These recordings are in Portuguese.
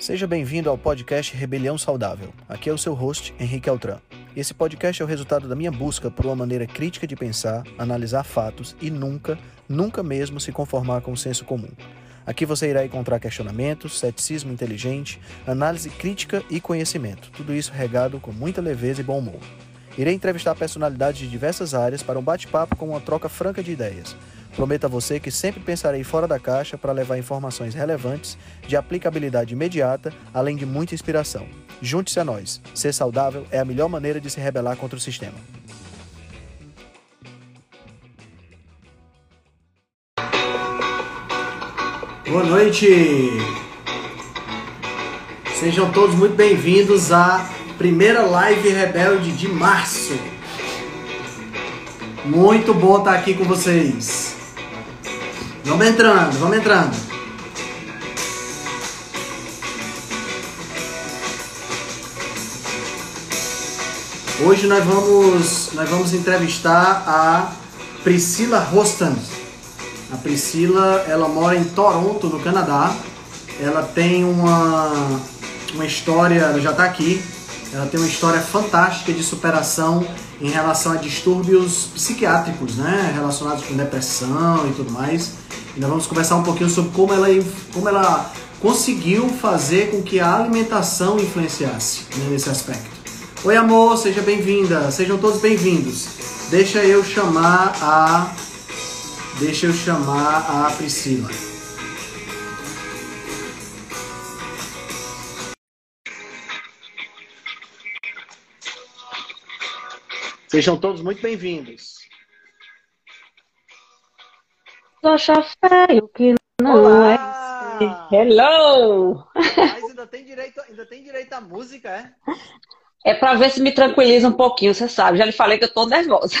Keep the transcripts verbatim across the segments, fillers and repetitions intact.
Seja bem-vindo ao podcast Rebelião Saudável. Aqui é o seu host, Henrique Altran. Esse podcast é o resultado da minha busca por uma maneira crítica de pensar, analisar fatos e nunca, nunca mesmo se conformar com o senso comum. Aqui você irá encontrar questionamentos, ceticismo inteligente, análise crítica e conhecimento. Tudo isso regado com muita leveza e bom humor. Irei entrevistar personalidades de diversas áreas para um bate-papo com uma troca franca de ideias. Prometo a você que sempre pensarei fora da caixa para levar informações relevantes, de aplicabilidade imediata, além de muita inspiração. Junte-se a nós. Ser saudável é a melhor maneira de se rebelar contra o sistema. Boa noite! Sejam todos muito bem-vindos à primeira live rebelde de março. Muito bom estar aqui com vocês. Vamos entrando, vamos entrando. Hoje nós vamos, nós vamos entrevistar a Priscila Rostam. A Priscila, ela mora em Toronto, no Canadá. Ela tem uma, uma história, ela já está aqui, ela tem uma história fantástica de superação em relação a distúrbios psiquiátricos, né? Relacionados com depressão e tudo mais. E nós vamos conversar um pouquinho sobre como ela, como ela conseguiu fazer com que a alimentação influenciasse, né, nesse aspecto. Oi, amor, seja bem-vinda, sejam todos bem-vindos. Deixa eu chamar a... Deixa eu chamar a Priscila. Sejam todos muito bem-vindos. Acha feio que não Olá! é. Hello! Mas ainda tem direito, ainda tem direito à música, é? É pra ver se me tranquiliza um pouquinho, você sabe. Já lhe falei que eu tô nervosa.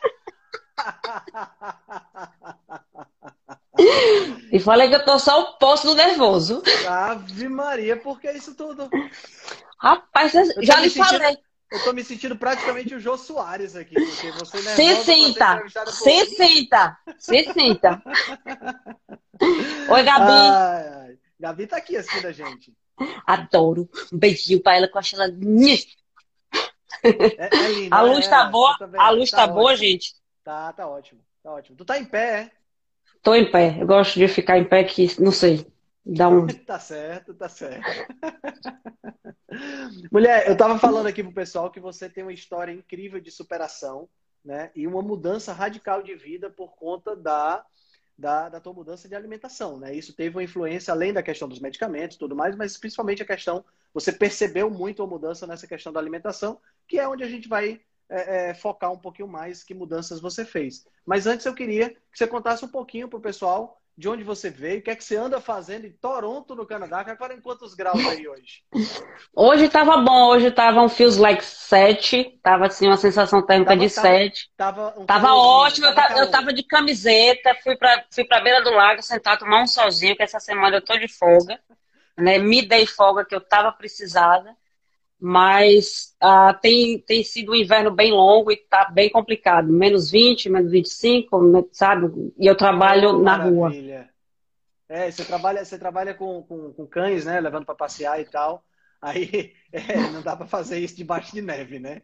E falei que eu tô só o poço do nervoso. Ave Maria, por que isso tudo? Rapaz, já lhe sentindo, falei. Eu tô me sentindo praticamente o Jô Soares aqui, porque você nervosa. Se sinta, se sinta, se sinta. Oi, Gabi. Ai, ai. Gabi tá aqui assistindo a gente. Adoro. Um beijinho pra ela que eu acho ela... É, é linda, a luz é, tá boa, também, a luz tá, tá boa, ótimo. gente. Tá, tá ótimo, tá ótimo. Tu tá em pé, é? Tô em pé. Eu gosto de ficar em pé que, não sei, dá um... Tá certo, tá certo. Mulher, eu tava falando aqui pro pessoal que você tem uma história incrível de superação, né? E uma mudança radical de vida por conta da, da, da tua mudança de alimentação, né? Isso teve uma influência além da questão dos medicamentos e tudo mais, mas principalmente a questão, você percebeu muito a mudança nessa questão da alimentação, que é onde a gente vai é, é, focar um pouquinho mais que mudanças você fez. Mas antes eu queria que você contasse um pouquinho pro pessoal de onde você veio, o que é que você anda fazendo em Toronto, no Canadá. Agora em quantos graus aí hoje? Hoje tava bom, hoje tava um feels like sete, tava assim uma sensação térmica Tava, de tava, sete. Tava, um tava calorzinho, ótimo, eu tava tava, eu tava de camiseta, fui pra, fui pra beira do lago sentar, tomar um solzinho, que essa semana eu tô de folga, né? Me dei folga que eu tava precisada. Mas ah, tem, tem sido um inverno bem longo e tá bem complicado. Menos vinte, menos vinte e cinco, sabe? E eu trabalho oh, na maravilha. rua. É, você trabalha, você trabalha com, com, com cães, né? Levando para passear e tal. Aí é, não dá para fazer isso debaixo de neve, né?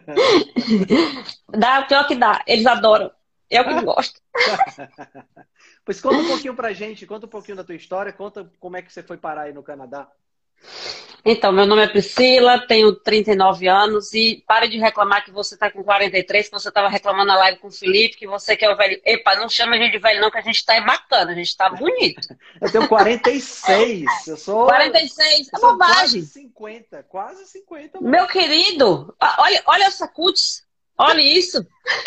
Dá, pior que dá. Eles adoram. Eu que gosto. Pois conta um pouquinho pra gente, conta um pouquinho da tua história, conta como é que você foi parar aí no Canadá. Então, meu nome é Priscila, tenho trinta e nove anos e pare de reclamar que você tá com quarenta e três, que você tava reclamando na live com o Felipe, que você quer o velho. Epa, não chama a gente de velho não, que a gente tá é bacana, a gente tá bonito. Eu tenho quarenta e seis, eu sou... quarenta e seis, é bobagem. Quase cinquenta, quase cinquenta. Meu querido, olha, olha essa cutis, olha isso.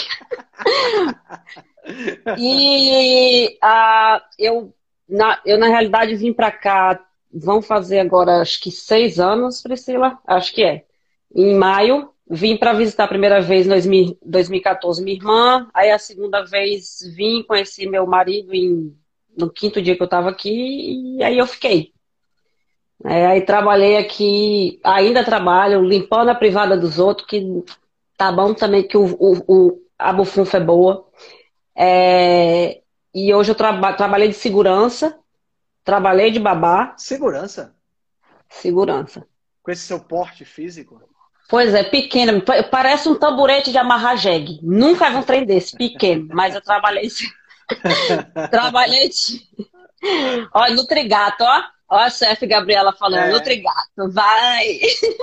E uh, eu, na, eu, na realidade, vim pra cá. Vão fazer agora, acho que seis anos, Priscila, acho que é. Em maio, vim para visitar a primeira vez em dois mil e quatorze minha irmã, aí a segunda vez vim, conheci meu marido em, no quinto dia que eu estava aqui, e aí eu fiquei. É, aí trabalhei aqui, ainda trabalho, limpando a privada dos outros, que tá bom também, que o, o, o, a bufunfa é boa. É, e hoje eu traba, trabalhei de segurança, trabalhei de babá. Segurança? Segurança. Com esse seu porte físico? Pois é, pequeno. Pa- Parece um tamborete de amarrar jegue. Nunca vi um trem desse, pequeno. Mas eu trabalhei, trabalhei, ó, Nutrigato, ó. Ó a chefe Gabriela falando, É. Nutrigato, vai.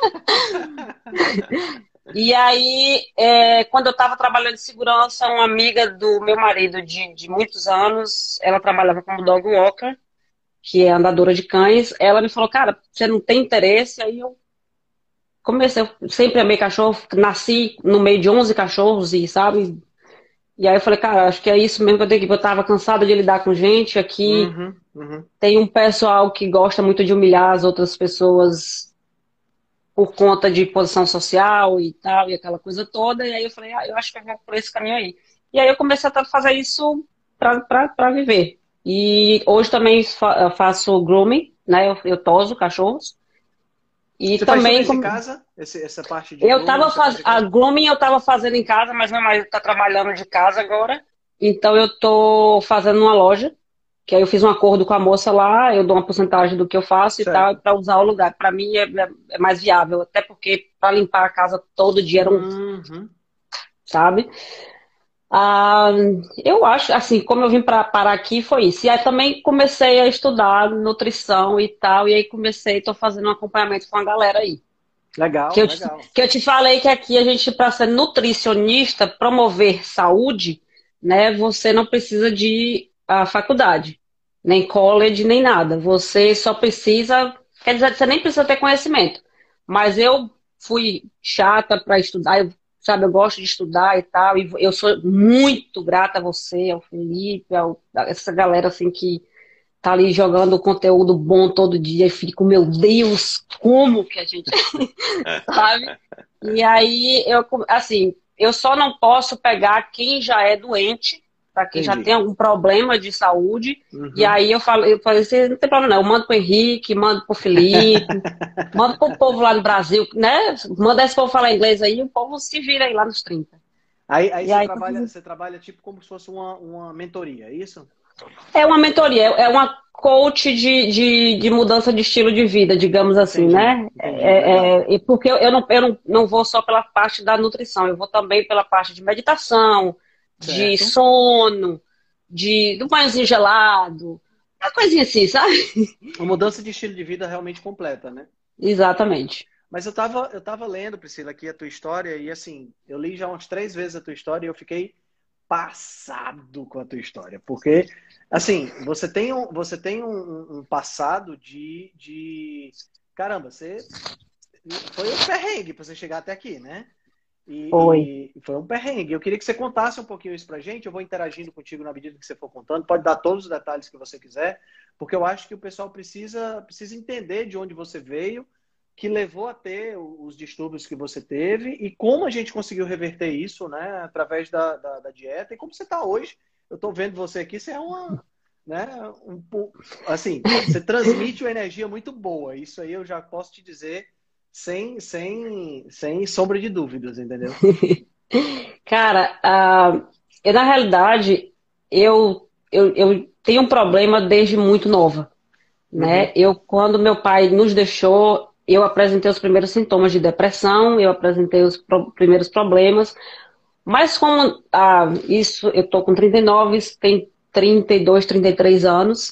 E aí, é, quando eu estava trabalhando de segurança, uma amiga do meu marido de, de muitos anos, ela trabalhava como dog walker, que é andadora de cães. Ela me falou, cara, você não tem interesse? Aí eu comecei, eu sempre amei cachorro, nasci no meio de onze cachorros, e sabe? E aí eu falei, cara, acho que é isso mesmo que eu tenho que ir. Eu tava cansada de lidar com gente aqui. Uhum, uhum. Tem um pessoal que gosta muito de humilhar as outras pessoas por conta de posição social e tal, e aquela coisa toda. E aí eu falei, ah, eu acho que eu vou por esse caminho aí. E aí eu comecei a fazer isso para viver. E hoje também fa- eu faço grooming, né? Eu, eu toso cachorros. E Você faz tudo também isso em com- casa? Esse- essa parte de eu grooming tava você faz fazendo em a casa? grooming eu tava fazendo em casa, mas meu marido tá trabalhando de casa agora. Então eu tô fazendo uma loja, que aí eu fiz um acordo com a moça lá, eu dou uma porcentagem do que eu faço e tal, Certo. para usar o lugar. Para mim é, é- é mais viável, até porque para limpar a casa todo dia era um, Uhum. sabe? Ah, eu acho, assim, como eu vim para parar aqui, foi isso. E aí também comecei a estudar nutrição e tal, e aí comecei, tô fazendo um acompanhamento com a galera aí. Que Legal, eu te, legal. que eu te falei que aqui a gente, para ser nutricionista, promover saúde, né, você não precisa de a faculdade, nem college, nem nada. Você só precisa, quer dizer, você nem precisa ter conhecimento. Mas eu fui chata para estudar, eu, sabe, eu gosto de estudar e tal, e eu sou muito grata a você, ao Felipe, ao, a essa galera assim que tá ali jogando conteúdo bom todo dia e fico, meu Deus, como que a gente sabe? E aí, eu, assim, eu só não posso pegar quem já é doente, para quem já Entendi. tem algum problema de saúde. E Uhum. aí eu falei, eu falei assim, não tem problema não, eu mando pro Henrique, mando pro Felipe, mando pro povo lá no Brasil, né? Manda esse povo falar inglês aí, o povo se vira aí lá nos trinta. Aí, aí E você aí trabalha, você trabalha tipo como se fosse uma, uma mentoria, é isso? é uma mentoria, é uma coach de, de, de mudança de estilo de vida, digamos assim, Entendi, né? entendi, É, legal. é, e porque eu, eu, não, eu não, não vou só pela parte da nutrição, eu vou também pela parte de meditação, de Certo. sono, de, do banhozinho gelado, uma coisinha assim, sabe? Uma mudança de estilo de vida realmente completa, né? Exatamente. Mas eu tava, eu tava lendo, Priscila, aqui a tua história, e assim, eu li já umas três vezes a tua história e eu fiquei passado com a tua história. Porque, assim, você tem um, você tem um, um um passado de, de. Caramba, você foi um perrengue para você chegar até aqui, né? Foi. E, e foi um perrengue. Eu queria que você contasse um pouquinho isso pra gente. Eu vou interagindo contigo na medida que você for contando. Pode dar todos os detalhes que você quiser, porque eu acho que o pessoal precisa, precisa entender de onde você veio, que levou a ter os distúrbios que você teve e como a gente conseguiu reverter isso, né, através da, da, da dieta e como você está hoje. Eu estou vendo você aqui, você é uma, né, um, assim, você transmite uma energia muito boa. Isso aí eu já posso te dizer sem, sem, sem sombra de dúvidas, entendeu? Cara, ah, eu, na realidade, eu, eu, eu tenho um problema desde muito nova, né? Uhum. Eu, quando meu pai nos deixou, eu apresentei os primeiros sintomas de depressão, eu apresentei os pro- primeiros problemas, mas como ah, isso, eu tô com trinta e nove, tem trinta e dois, trinta e três anos,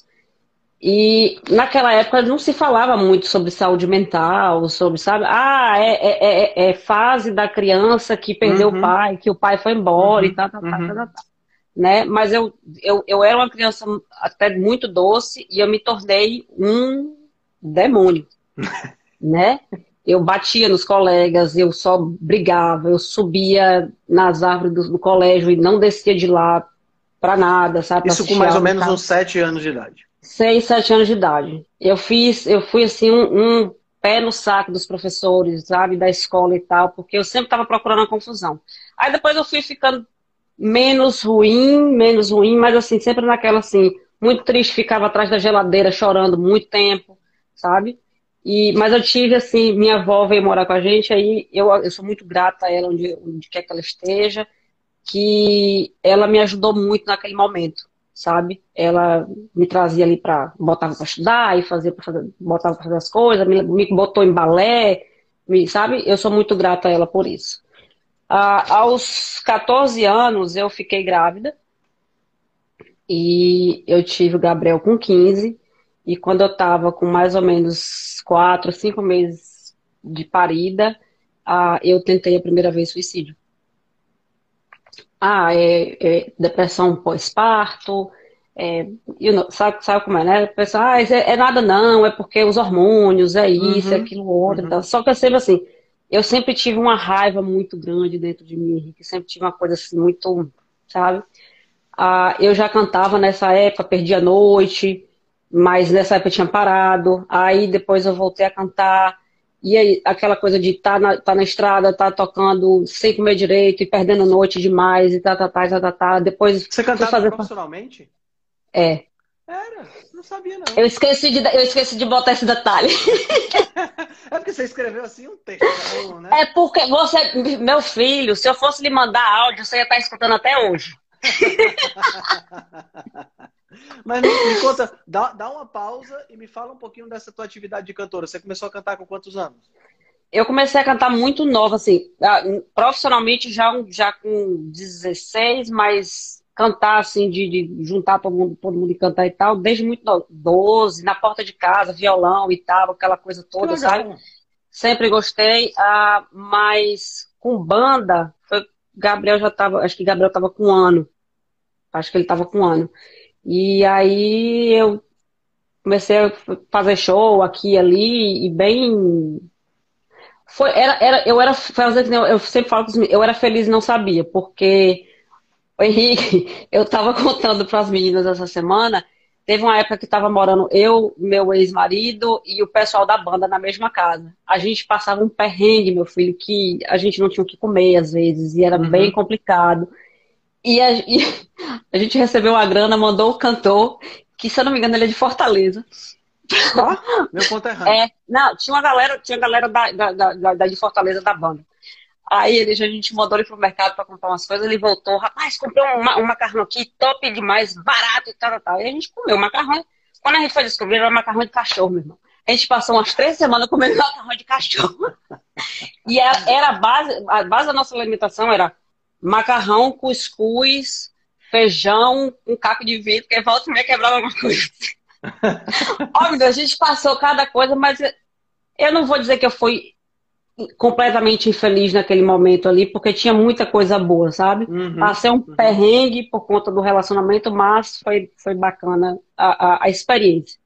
e naquela época não se falava muito sobre saúde mental, sobre, sabe? Ah, é, é, é, é fase da criança que perdeu o Uhum. pai, que o pai foi embora e Uhum. tal, tal, tal, tal, Uhum. tal, tal, né? Mas eu, eu, eu era uma criança até muito doce e eu me tornei um demônio, né? Eu batia nos colegas, eu só brigava, eu subia nas árvores do, do colégio e não descia de lá pra nada, sabe? Pra Isso com assistir mais ou aula, menos ficava uns sete anos de idade. seis, sete anos de idade. Eu fiz, eu fui assim, um, um pé no saco dos professores, sabe, da escola e tal, porque eu sempre estava procurando a confusão. Aí depois eu fui ficando menos ruim, menos ruim, mas assim, sempre naquela assim, muito triste, ficava atrás da geladeira chorando muito tempo, sabe? E, mas eu tive assim, minha avó veio morar com a gente, aí eu, eu sou muito grata a ela onde, onde quer que ela esteja, que ela me ajudou muito naquele momento, sabe? Ela me trazia ali para botava para estudar e fazia para fazer, botava para fazer as coisas, me, me botou em balé, me, sabe? Eu sou muito grata a ela por isso. Ah, aos quatorze anos eu fiquei grávida e eu tive o Gabriel com quinze e quando eu estava com mais ou menos quatro, cinco meses de parida, ah, eu tentei a primeira vez suicídio. Ah, é, é depressão pós-parto, é, you know, sabe, sabe como é, né? A pessoa, ah, isso é, é nada não, é porque os hormônios, é isso, é Uhum, aquilo outro. uhum. Então. Só que eu sempre assim, eu sempre tive uma raiva muito grande dentro de mim, Henrique, sempre tive uma coisa assim muito, sabe? Ah, eu já cantava nessa época, perdi a noite, mas nessa época eu tinha parado. Aí depois eu voltei a cantar. E aí, aquela coisa de estar tá na, tá na estrada, estar tá tocando sem comer direito e perdendo a noite demais e tá, tá, tá, tá, tá, tá. Depois Você fui cantava fazer. profissionalmente? É. Era, não sabia Eu não. esqueci de, eu esqueci de botar esse detalhe. É porque você escreveu assim um textão, né? É porque você, meu filho, se eu fosse lhe mandar áudio, você ia estar escutando até hoje. Mas me, me conta, dá, dá uma pausa e me fala um pouquinho dessa tua atividade de cantora. Você começou a cantar com quantos anos? Eu comecei a cantar muito nova, assim, ah, profissionalmente já, já com dezesseis, mas cantar, assim, de, de juntar todo mundo, todo mundo e cantar e tal, desde muito novo, doze, na porta de casa, violão e tal, aquela coisa Que toda, sabe? legal. Sempre gostei, ah, mas com banda, foi, Gabriel já tava, acho que Gabriel tava com um ano, acho que ele tava com um ano. E aí eu comecei a fazer show aqui e ali, e bem. Foi, era, era, eu era, fazer que nem eu eu sempre falo com os meninos, eu era feliz e não sabia, porque, o Henrique, eu tava contando para as meninas essa semana, teve uma época que tava morando eu, meu ex-marido e o pessoal da banda na mesma casa. A gente passava um perrengue, meu filho, que a gente não tinha o que comer às vezes, e era bem Uhum. complicado. E a, e a gente recebeu uma grana, mandou o cantor, que se eu não me engano ele é de Fortaleza. Ó, meu conterrâneo. É, não, tinha uma galera, tinha galera da, da, da, da- de Fortaleza da banda. Aí ele, a gente mandou ele pro mercado para comprar umas coisas, ele voltou, rapaz, comprei um, ma- um macarrão aqui, top demais, barato e tal, tal, tal. E a gente comeu o macarrão. Quando a gente foi descobrir, era macarrão de cachorro, meu irmão. A gente passou umas três semanas comendo macarrão de cachorro. E era, era a base, a base da nossa alimentação era macarrão, cuscuz, feijão, um caco de vidro, que volta e meia quebrava alguma coisa. Ó, meu Deus, a gente passou cada coisa, mas eu não vou dizer que eu fui completamente infeliz naquele momento ali, porque tinha muita coisa boa, sabe? Uhum, Passei um uhum. perrengue por conta do relacionamento, mas foi, foi bacana a, a, a experiência.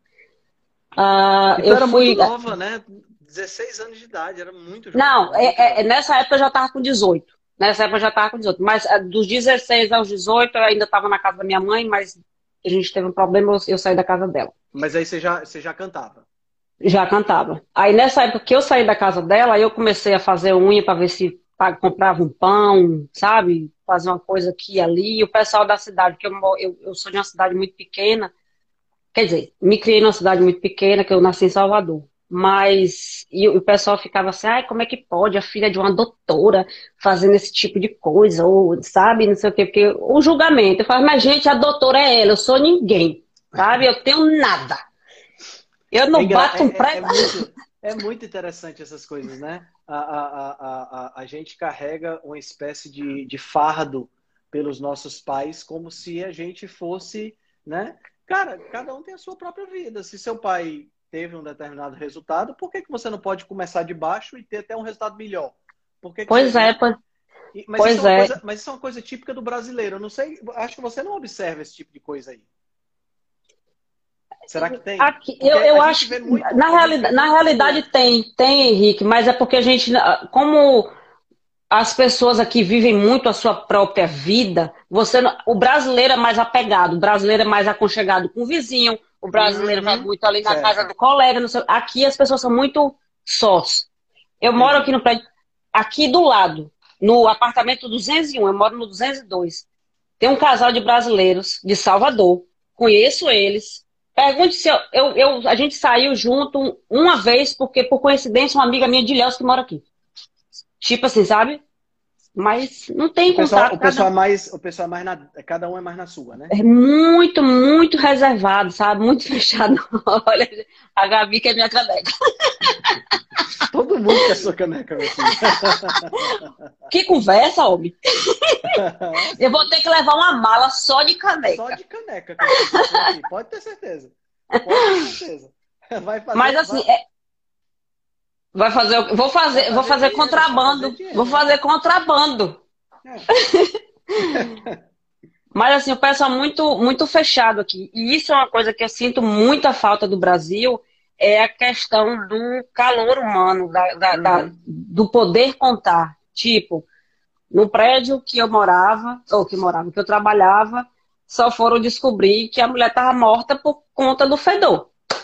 Ah, E tu eu era muito fui. nova, né? dezesseis anos de idade, era muito jovem, Não, muito é, é- jovem. nessa época eu já estava com dezoito. Nessa época eu já estava com dezoito. Mas ah, dos dezesseis aos dezoito eu ainda estava na casa da minha mãe, mas a gente teve um problema, eu, eu saí da casa dela. Mas aí você já, você já cantava. Já cantava. Aí nessa época que eu saí da casa dela, aí eu comecei a fazer unha para ver se pa- comprava um pão, sabe? Fazer uma coisa aqui e ali. E o pessoal da cidade, que eu, mo- eu, eu sou de uma cidade muito pequena, quer dizer, me criei numa cidade muito pequena, que eu nasci em Salvador. Mas e o pessoal ficava assim, ai, como é que pode a filha de uma doutora fazendo esse tipo de coisa, ou sabe, não sei o quê, porque o julgamento, eu falo, mas gente, a doutora é ela, eu sou ninguém, sabe? Eu tenho nada. Eu É, não engra- bato um é, é- pré. é muito, é muito interessante essas coisas, né? A, a, a, a, a a gente carrega uma espécie de, de fardo pelos nossos pais como se a gente fosse, né? Cara, cada um tem a sua própria vida. Se seu pai teve um determinado resultado, por que que você não pode começar de baixo e ter até um resultado melhor? Por que que você, Pois é, né? pois, E- Mas isso é pois uma é. coisa, mas isso é uma coisa típica do brasileiro. Eu não sei, acho que você não observa esse tipo de coisa aí. Será que tem? Aqui, Porque eu, a eu gente acho vê que muito, na a gente vê realidade, na realidade muito. tem, tem, Henrique, mas é porque a gente, como as pessoas aqui vivem muito a sua própria vida, você, não- o brasileiro é mais apegado, o brasileiro é mais aconchegado com o vizinho, o brasileiro vai Uhum. muito ali na casa Certo. do colega, não sei- aqui as pessoas são muito sós. Eu moro aqui Entendi. no prédio, aqui do lado, no apartamento duzentos e um, eu moro no duzentos e dois. Tem um casal de brasileiros de Salvador. Conheço eles. Pergunte se eu, eu, eu- a gente saiu junto uma vez, porque por coincidência uma amiga minha de Ilhéus que mora aqui. Tipo assim, sabe? Mas não O tem pessoal, contato, o cada, pessoal é mais, o pessoal é mais na, cada um é mais na sua, né? é muito, muito reservado, sabe? Muito fechado. Olha, a Gabi que é minha caneca. Todo mundo quer sua caneca, meu filho. Que conversa, homem. Eu vou ter que levar uma mala só de Só caneca. de caneca quando você for aqui. Pode ter certeza. Pode ter certeza. Vai Mas fazer, assim, vai, é- vai fazer, o- vou vai fazer, vou fazer fazer dinheiro, vai fazer contrabando. Vou dinheiro, fazer é. contrabando. É. Mas assim, o pessoal é muito, muito fechado aqui. E isso é uma coisa que eu sinto muita falta do Brasil, é a questão do calor humano, da, da- da- Uhum. do poder contar. Tipo, no prédio que eu morava, ou que morava, que eu trabalhava, só foram descobrir que a mulher estava morta por conta do fedor.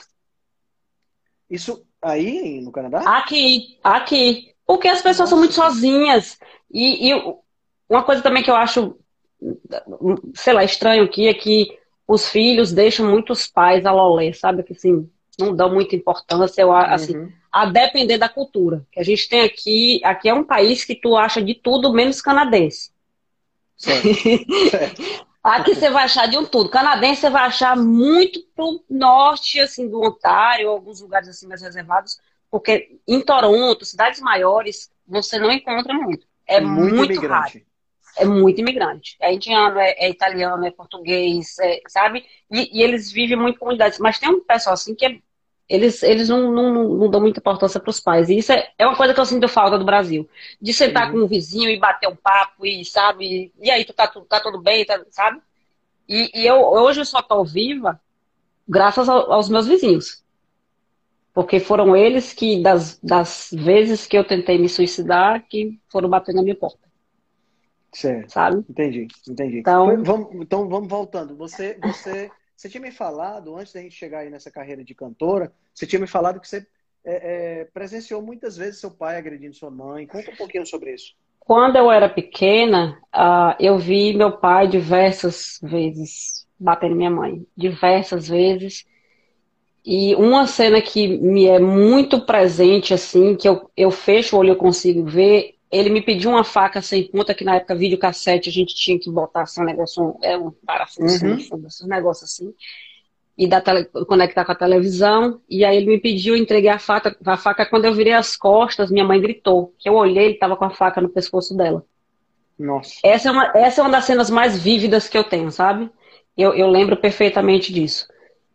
Isso aí no Canadá? Aqui, aqui. Porque as pessoas são Nossa, muito cara. sozinhas. E, e uma coisa também que eu acho, sei lá, estranho aqui é que os filhos deixam muitos pais a lolé, sabe? Que assim, não dão muita importância, eu, a- assim, Uhum. a depender da cultura. Que a gente tem aqui, aqui é um país que tu acha de tudo menos canadense. Certo, certo. Aqui você vai achar de um tudo. Canadense você vai achar muito pro norte, assim, do Ontário, alguns lugares assim mais reservados, porque em Toronto, cidades maiores, você não encontra muito. É Muito muito raro. imigrante. É muito imigrante. É indiano, é, é italiano, é português, é, sabe? E, e eles vivem muito em comunidades. Mas tem um pessoal assim que é- eles, eles não, não, não não dão muita importância para os pais. E isso é, é uma coisa que eu sinto falta do Brasil. De sentar com Uhum. um vizinho e bater um papo e, sabe? E aí, tu tá, tu, tá tudo bem, tá- sabe? E, e eu hoje eu só tô viva graças ao- aos meus vizinhos. Porque foram eles que, das, das vezes que eu tentei me suicidar, que foram bater na minha porta, Certo. sabe? Entendi, entendi. Foi- Então, vamos, então vamos voltando. Você, você, você tinha me falado, antes da gente chegar aí nessa carreira de cantora, você tinha me falado que você é, é, presenciou muitas vezes seu pai agredindo sua mãe. Conta um pouquinho sobre isso. quando eu era pequena, ah, eu vi meu pai diversas vezes batendo minha mãe. Diversas vezes. E uma cena que me é muito presente, assim, que eu, eu fecho o olho e eu consigo ver, ele me pediu uma faca sem ponta, que na época videocassete a gente tinha que botar assim, um negócio, é um parafuso no Uhum. fundo, esses negócios assim, e da tele, conectar com a televisão. E aí ele me pediu, eu entreguei a faca, a faca. Quando eu virei as costas, minha mãe gritou, que eu olhei, ele estava com a faca no pescoço dela. Nossa. Essa é uma, essa é uma das cenas mais vívidas que eu tenho, sabe? Eu, eu lembro perfeitamente disso.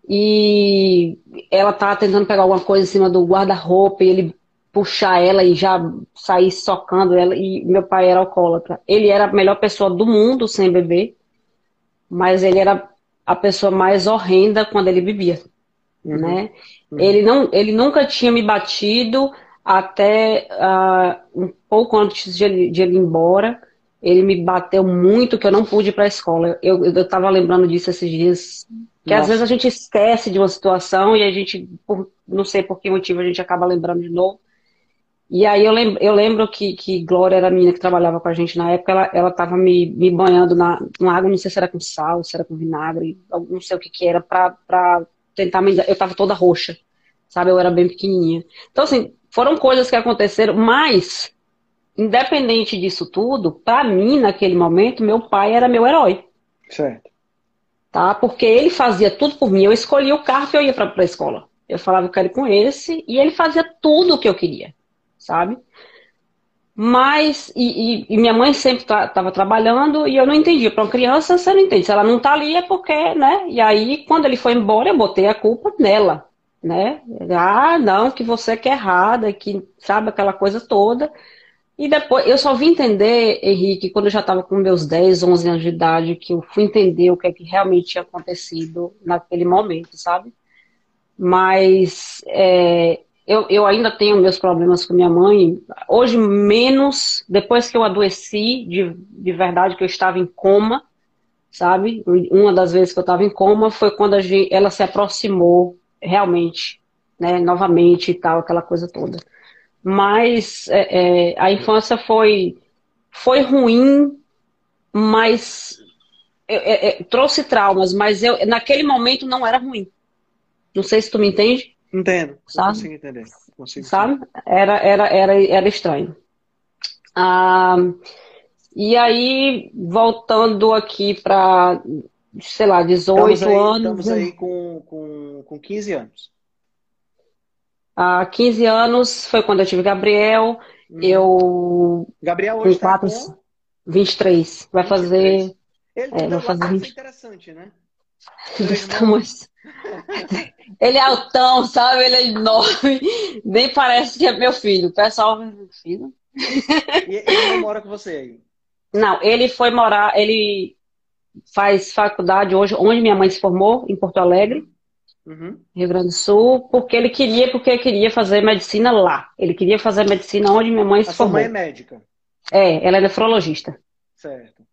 E ela tá tentando pegar alguma coisa em cima do guarda-roupa e ele puxar ela e já sair socando ela. E meu pai era alcoólatra. Ele era a melhor pessoa do mundo sem beber, mas ele era a pessoa mais horrenda quando ele bebia, Uhum. né? Ele Uhum. não, ele nunca tinha me batido até ah, um pouco antes de ele, de ele ir embora. Ele me bateu muito que eu não pude ir para a escola. Eu, eu tava lembrando disso esses dias, que às vezes a Nossa. gente esquece de uma situação e a gente, por, não sei por que motivo, a gente acaba lembrando de novo. E aí eu lembro, eu lembro que, que Glória era a menina que trabalhava com a gente na época, ela, ela tava me, me banhando na, na água, não sei se era com sal, se era com vinagre, eu não sei o que que era, pra, pra tentar me... Eu tava toda roxa, sabe? Eu era bem pequenininha. Então, assim, foram coisas que aconteceram, mas, independente disso tudo, pra mim, naquele momento, meu pai era meu herói, Certo. tá? Porque ele fazia tudo por mim, eu escolhia o carro que eu ia pra, pra escola. Eu falava, eu quero ir com esse, e ele fazia tudo o que eu queria, sabe? Mas, e, e- e minha mãe sempre estava trabalhando e eu não entendia. Para uma criança, você não entende. Se ela não tá ali é porque, né? E aí, quando ele foi embora, eu botei a culpa nela, né? Ah, não, que você que é errada, que sabe aquela coisa toda. E depois, eu só vim entender, Henrique, quando eu já estava com meus dez onze anos de idade, que eu fui entender o que é que realmente tinha acontecido naquele momento, sabe? Mas é, eu, eu ainda tenho meus problemas com minha mãe. Hoje, menos, depois que eu adoeci, de, de verdade, que eu estava em coma, sabe? Uma das vezes que eu estava em coma foi quando a gente, ela se aproximou realmente, né? Novamente e tal, aquela coisa toda. Mas é, é, a infância foi, foi ruim, mas é, é, trouxe traumas, mas eu, naquele momento não era ruim. Não sei se tu me entende. Entendo. Eu Sabe? consigo entender. Consigo sim. Sabe? Era, era, era, era estranho. Ah, E aí, voltando aqui para, sei lá, Estamos dezoito aí, anos, estamos aí com, com, com quinze anos. há quinze anos foi quando eu tive Gabriel, Uhum. eu Gabriel hoje com está quatro, com vinte e três, vai vinte e três. fazer, Ele do é, vai teu lado fazer deve ser vinte interessante, né? Seu desse irmão. tamanho. Ele é altão, sabe? Ele é enorme, nem parece que é meu filho. O pessoal, filho? E ele não mora com você aí. Não, ele foi morar, ele faz faculdade hoje, onde minha mãe se formou, em Porto Alegre, Uhum. Uhum. Rio Grande do Sul, porque ele queria, porque ele queria fazer medicina lá. Ele queria fazer medicina onde minha mãe A se sua mãe é formou. médica. É, ela é nefrologista. Certo.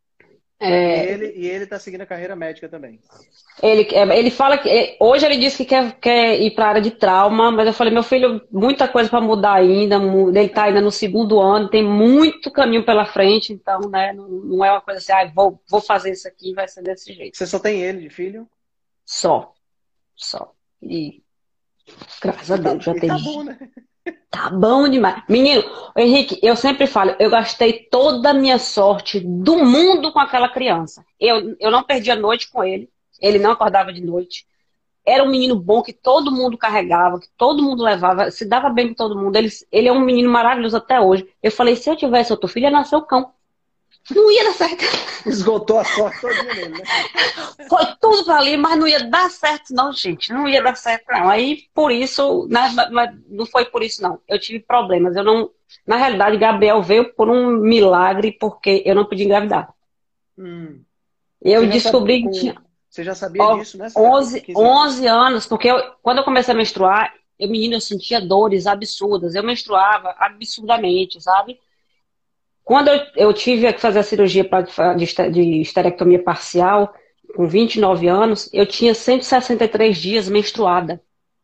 E É, ele e ele está seguindo a carreira médica também. ele, é, ele fala que é, hoje ele disse que quer, quer ir para a área de trauma, mas eu falei, meu filho, muita coisa para mudar ainda. mu- Ele está ainda no segundo ano, tem muito caminho pela frente, então, né, não, não é uma coisa assim, ah, vou, vou fazer isso aqui, vai ser desse jeito. Você só tem ele de filho? Só, só. E graças a E tá, Deus, já e tá teve. bom, né? Tá bom demais. Menino, Henrique, eu sempre falo, eu gastei toda a minha sorte do mundo com aquela criança. Eu, eu não perdia noite com ele, ele não acordava de noite. Era um menino bom que todo mundo carregava, que todo mundo levava, se dava bem com todo mundo. Ele, ele é um menino maravilhoso até hoje. Eu falei, se eu tivesse outro filho, ia nascer o cão. Não ia dar certo. Esgotou a sorte todinha nele, né? Foi tudo pra ali, mas não ia dar certo, não, gente. Não ia dar certo, não. Aí, por isso, né, mas não foi por isso, não. Eu tive problemas. Eu não. Na realidade, Gabriel veio por um milagre, porque eu não podia engravidar. Hum. Eu Você já sabe, descobri que tinha com, você já sabia ó, disso nessa época, com onze, quinze anos? onze anos, porque eu- quando eu comecei a menstruar, eu, menina, eu sentia dores absurdas. Eu menstruava absurdamente, sabe? Quando eu, eu tive que fazer a cirurgia pra, de, este- de esterectomia parcial, com vinte e nove anos, eu tinha cento e sessenta e três dias menstruada.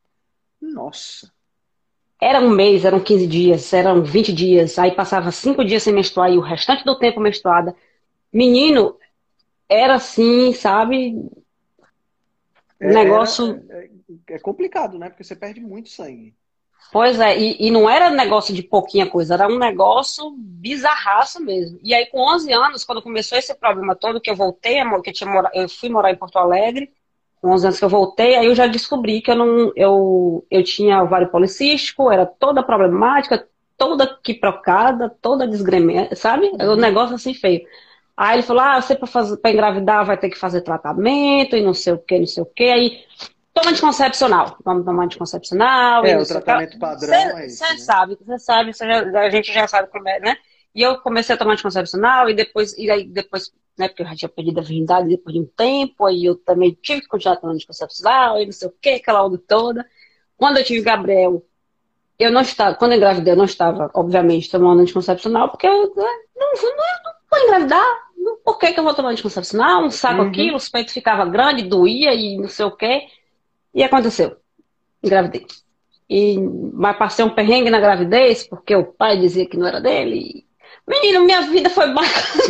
Nossa. Era um mês, eram quinze dias, eram vinte dias, aí passava cinco dias sem menstruar e o restante do tempo menstruada. Menino, era assim, sabe? Um É, era, negócio. é, é é complicado, né? Porque você perde muito sangue. Pois é, e, e não era negócio de pouquinha coisa, era um negócio bizarraço mesmo. E aí, com onze anos, quando começou esse problema todo, que eu voltei, a mo- que eu, tinha mora- eu fui morar em Porto Alegre, com onze anos que eu voltei, aí eu já descobri que eu não, eu, eu tinha ovário policístico, era toda problemática, toda quiprocada, toda desgrementa, sabe? Era um Uhum. negócio assim feio. Aí ele falou: ah, você para fazer, para engravidar vai ter que fazer tratamento e não sei o que, não sei o que. Aí toma anticoncepcional. Vamos tomar anticoncepcional e É, não o sei o que. tratamento padrão é esse, Você né? sabe, você sabe, cê já- a gente já sabe como é, né? E eu comecei a tomar anticoncepcional e depois, e aí depois, né, porque eu já tinha perdido a virgindade depois de um tempo, aí eu também tive que continuar tomando anticoncepcional e não sei o que, aquela onda toda. Quando eu tive Gabriel, eu não estava, quando eu engravidei, eu não estava, obviamente, tomando anticoncepcional, porque eu né, não, não, não vou engravidar. Não, por que, que eu vou tomar anticoncepcional? Um saco aquilo, Uhum. os peitos ficavam grandes, doía e não sei o quê. E aconteceu, engravidei. E, mas passei um perrengue na gravidez, porque o pai dizia que não era dele. Menino, minha vida foi bacana.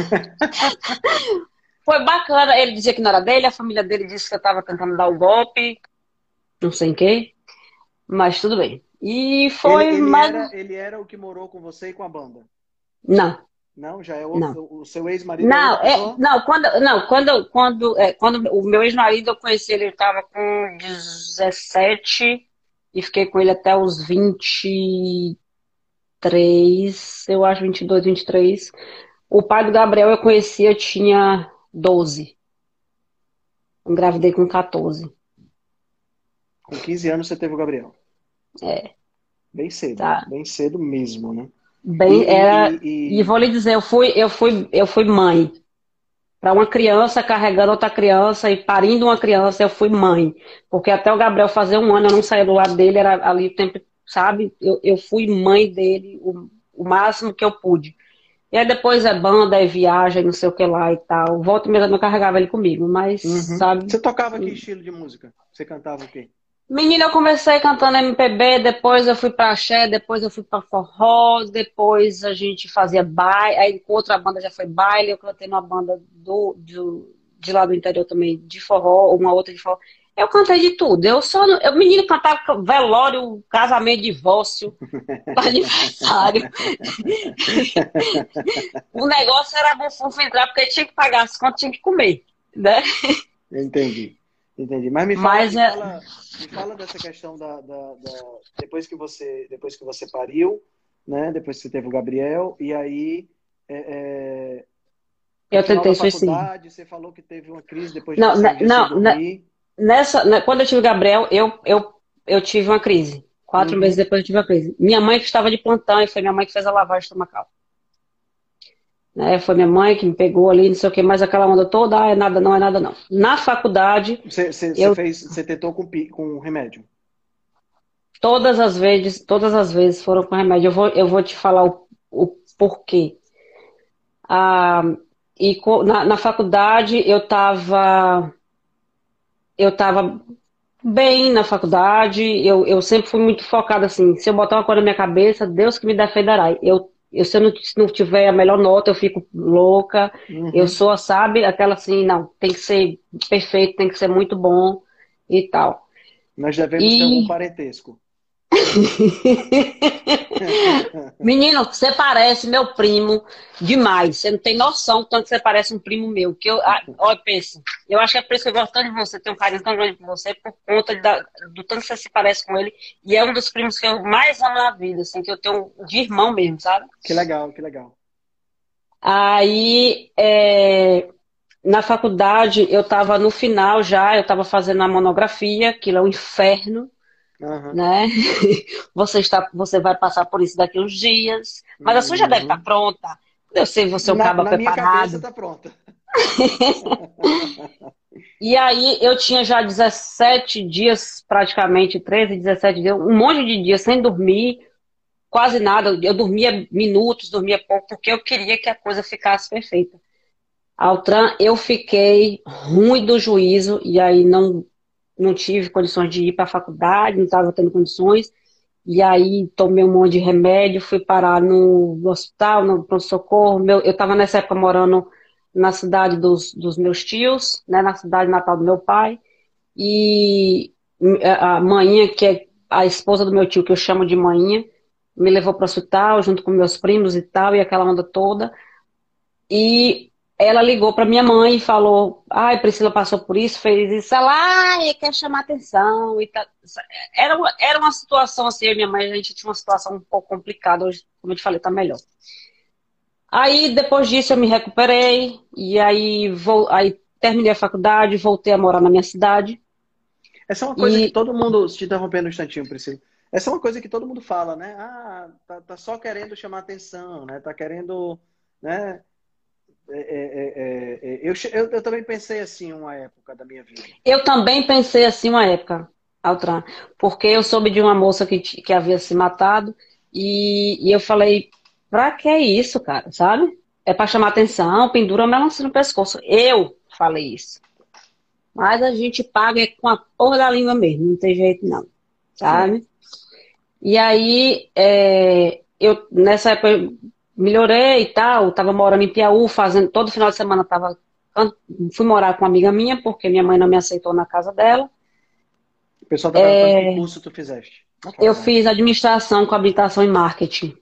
Foi bacana. Ele dizia que não era dele, a família dele disse que eu estava tentando dar o golpe, não sei em quê, mas tudo bem. E Ele, foi ele mais. era, ele era o que morou com você e com a banda? Não, Não? Já é não. outro, o seu ex-marido é outra Não, é, pessoa? não, quando, não, quando, quando, é, quando o meu ex-marido eu conheci, ele estava com dezessete e fiquei com ele até os vinte três, eu acho, vinte vinte e dois, vinte e três. O pai do Gabriel eu conhecia, eu tinha doze. Engravidei com quatorze. Com quinze anos você teve o Gabriel. É, Bem cedo. tá. Bem cedo mesmo, né? E, Bem, era. e, E e, vou lhe dizer, eu fui, eu fui, eu fui mãe. Para uma criança carregando outra criança e parindo uma criança, eu fui mãe. Porque até o Gabriel fazer um ano, eu não saía do lado dele, era ali o tempo, sabe? Eu, eu fui mãe dele o, o máximo que eu pude. E aí depois é banda, é viagem, não sei o que lá e tal. Volta e meia eu carregava ele comigo, mas, uhum. sabe? Você tocava que estilo de música? Você cantava o quê? Menina, eu comecei cantando M P B, depois eu fui pra axé, depois eu fui pra forró, depois a gente fazia baile, aí com outra banda já foi baile, eu cantei numa banda do, do, de lá do interior também, de forró, uma outra de forró. Eu cantei de tudo. Eu só, eu, menino cantava velório, casamento, divórcio, aniversário. O negócio era bufunfa entrar, porque tinha que pagar as contas, tinha que comer, né? Entendi, entendi. Mas me fala, Mas, me é... fala, me fala dessa questão da, da, da, depois que você, depois que você pariu, né? Depois que você teve o Gabriel, e aí é, é, no eu final da tentei suicídio. faculdade, você falou que teve uma crise depois de Não, passar uns ne- dias sem não, ne- dormir. nessa, ne- quando eu tive o Gabriel, eu, eu, eu tive uma crise. Quatro meses Uhum. depois eu tive uma crise. Minha mãe que estava de plantão, e foi minha mãe que fez a lavagem estomacal. Né? Foi minha mãe que me pegou ali, não sei o que, mas aquela onda toda, ah, é nada não, é nada não. Na faculdade, Você, você, você eu fez, você tentou com, pi- com remédio? todas as vezes, todas as vezes foram com remédio. Eu vou, eu vou te falar o, o porquê. Ah, e co- na, na faculdade eu estava eu tava bem na faculdade, eu, eu sempre fui muito focada assim, se eu botar uma coisa na minha cabeça, Deus que me defenderá. Eu, eu se eu não, se não tiver a melhor nota, eu fico louca. Eu Uhum. sou, sabe, aquela assim, não, tem que ser perfeito, tem que ser muito bom e tal. Nós devemos ter algum E parentesco. menino, você parece meu primo demais. Você não tem noção do tanto que você parece um primo meu. Que eu, ah, olha, pensa. Eu acho que é por isso que eu gosto tanto de você, tenho um carinho tão grande por você, por conta da- do tanto que você se parece com ele. E é um dos primos que eu mais amo na vida, assim, que eu tenho de irmão mesmo, sabe? Que legal, que legal. Aí, é, na faculdade, eu estava no final já, eu estava fazendo a monografia, aquilo é um inferno, Aham. né? Você está, você vai passar por isso daqui uns dias, mas a sua já deve estar Uhum. pronta. Eu sei, você é um Na, caba na minha cabeça preparado. tá pronta. E aí eu tinha já dezessete dias, praticamente treze, dezessete dias, um monte de dias sem dormir, quase nada. Eu dormia minutos, dormia pouco, porque eu queria que a coisa ficasse perfeita. Altran, eu fiquei ruim do juízo e aí não, não tive condições de ir para a faculdade, não estava tendo condições. E aí tomei um monte de remédio, fui parar no hospital, no pronto-socorro. Meu, eu estava nessa época morando na cidade dos, dos meus tios, né, na cidade natal do meu pai. E a manhã, que é a esposa do meu tio, que eu chamo de manhã, me levou para o hospital junto com meus primos e tal, e aquela onda toda. E ela ligou para minha mãe e falou: ai, Priscila passou por isso, fez isso. Ela, ai, quer chamar atenção. E tal. Era, uma- era uma situação assim, eu e minha mãe, a gente tinha uma situação um pouco complicada. Hoje, como eu te falei, tá melhor. Aí, depois disso, eu me recuperei. E aí, vou, aí terminei a faculdade, voltei a morar na minha cidade. Essa é uma coisa que E todo mundo, te interrompendo um instantinho, Priscila. Essa é uma coisa que todo mundo fala, né? Ah, tá, tá só querendo chamar atenção, né? Tá querendo, né? É, é, é, é, eu, che- eu, eu também pensei assim uma época da minha vida. eu também pensei assim uma época, Altran, porque eu soube de uma moça que, ti- que havia se matado e, e eu falei, pra que isso, cara, sabe? É pra chamar atenção, pendura a melancia no pescoço. Eu falei isso. Mas a gente paga é com a porra da língua mesmo, não tem jeito não, É. sabe? E aí, é, eu nessa época eu melhorei e tal, tava morando em Piauí, fazendo, todo final de semana tava, fui morar com uma amiga minha, porque minha mãe não me aceitou na casa dela. O pessoal tá perguntando que curso tu fizeste na Eu faculdade. fiz administração com habilitação em marketing.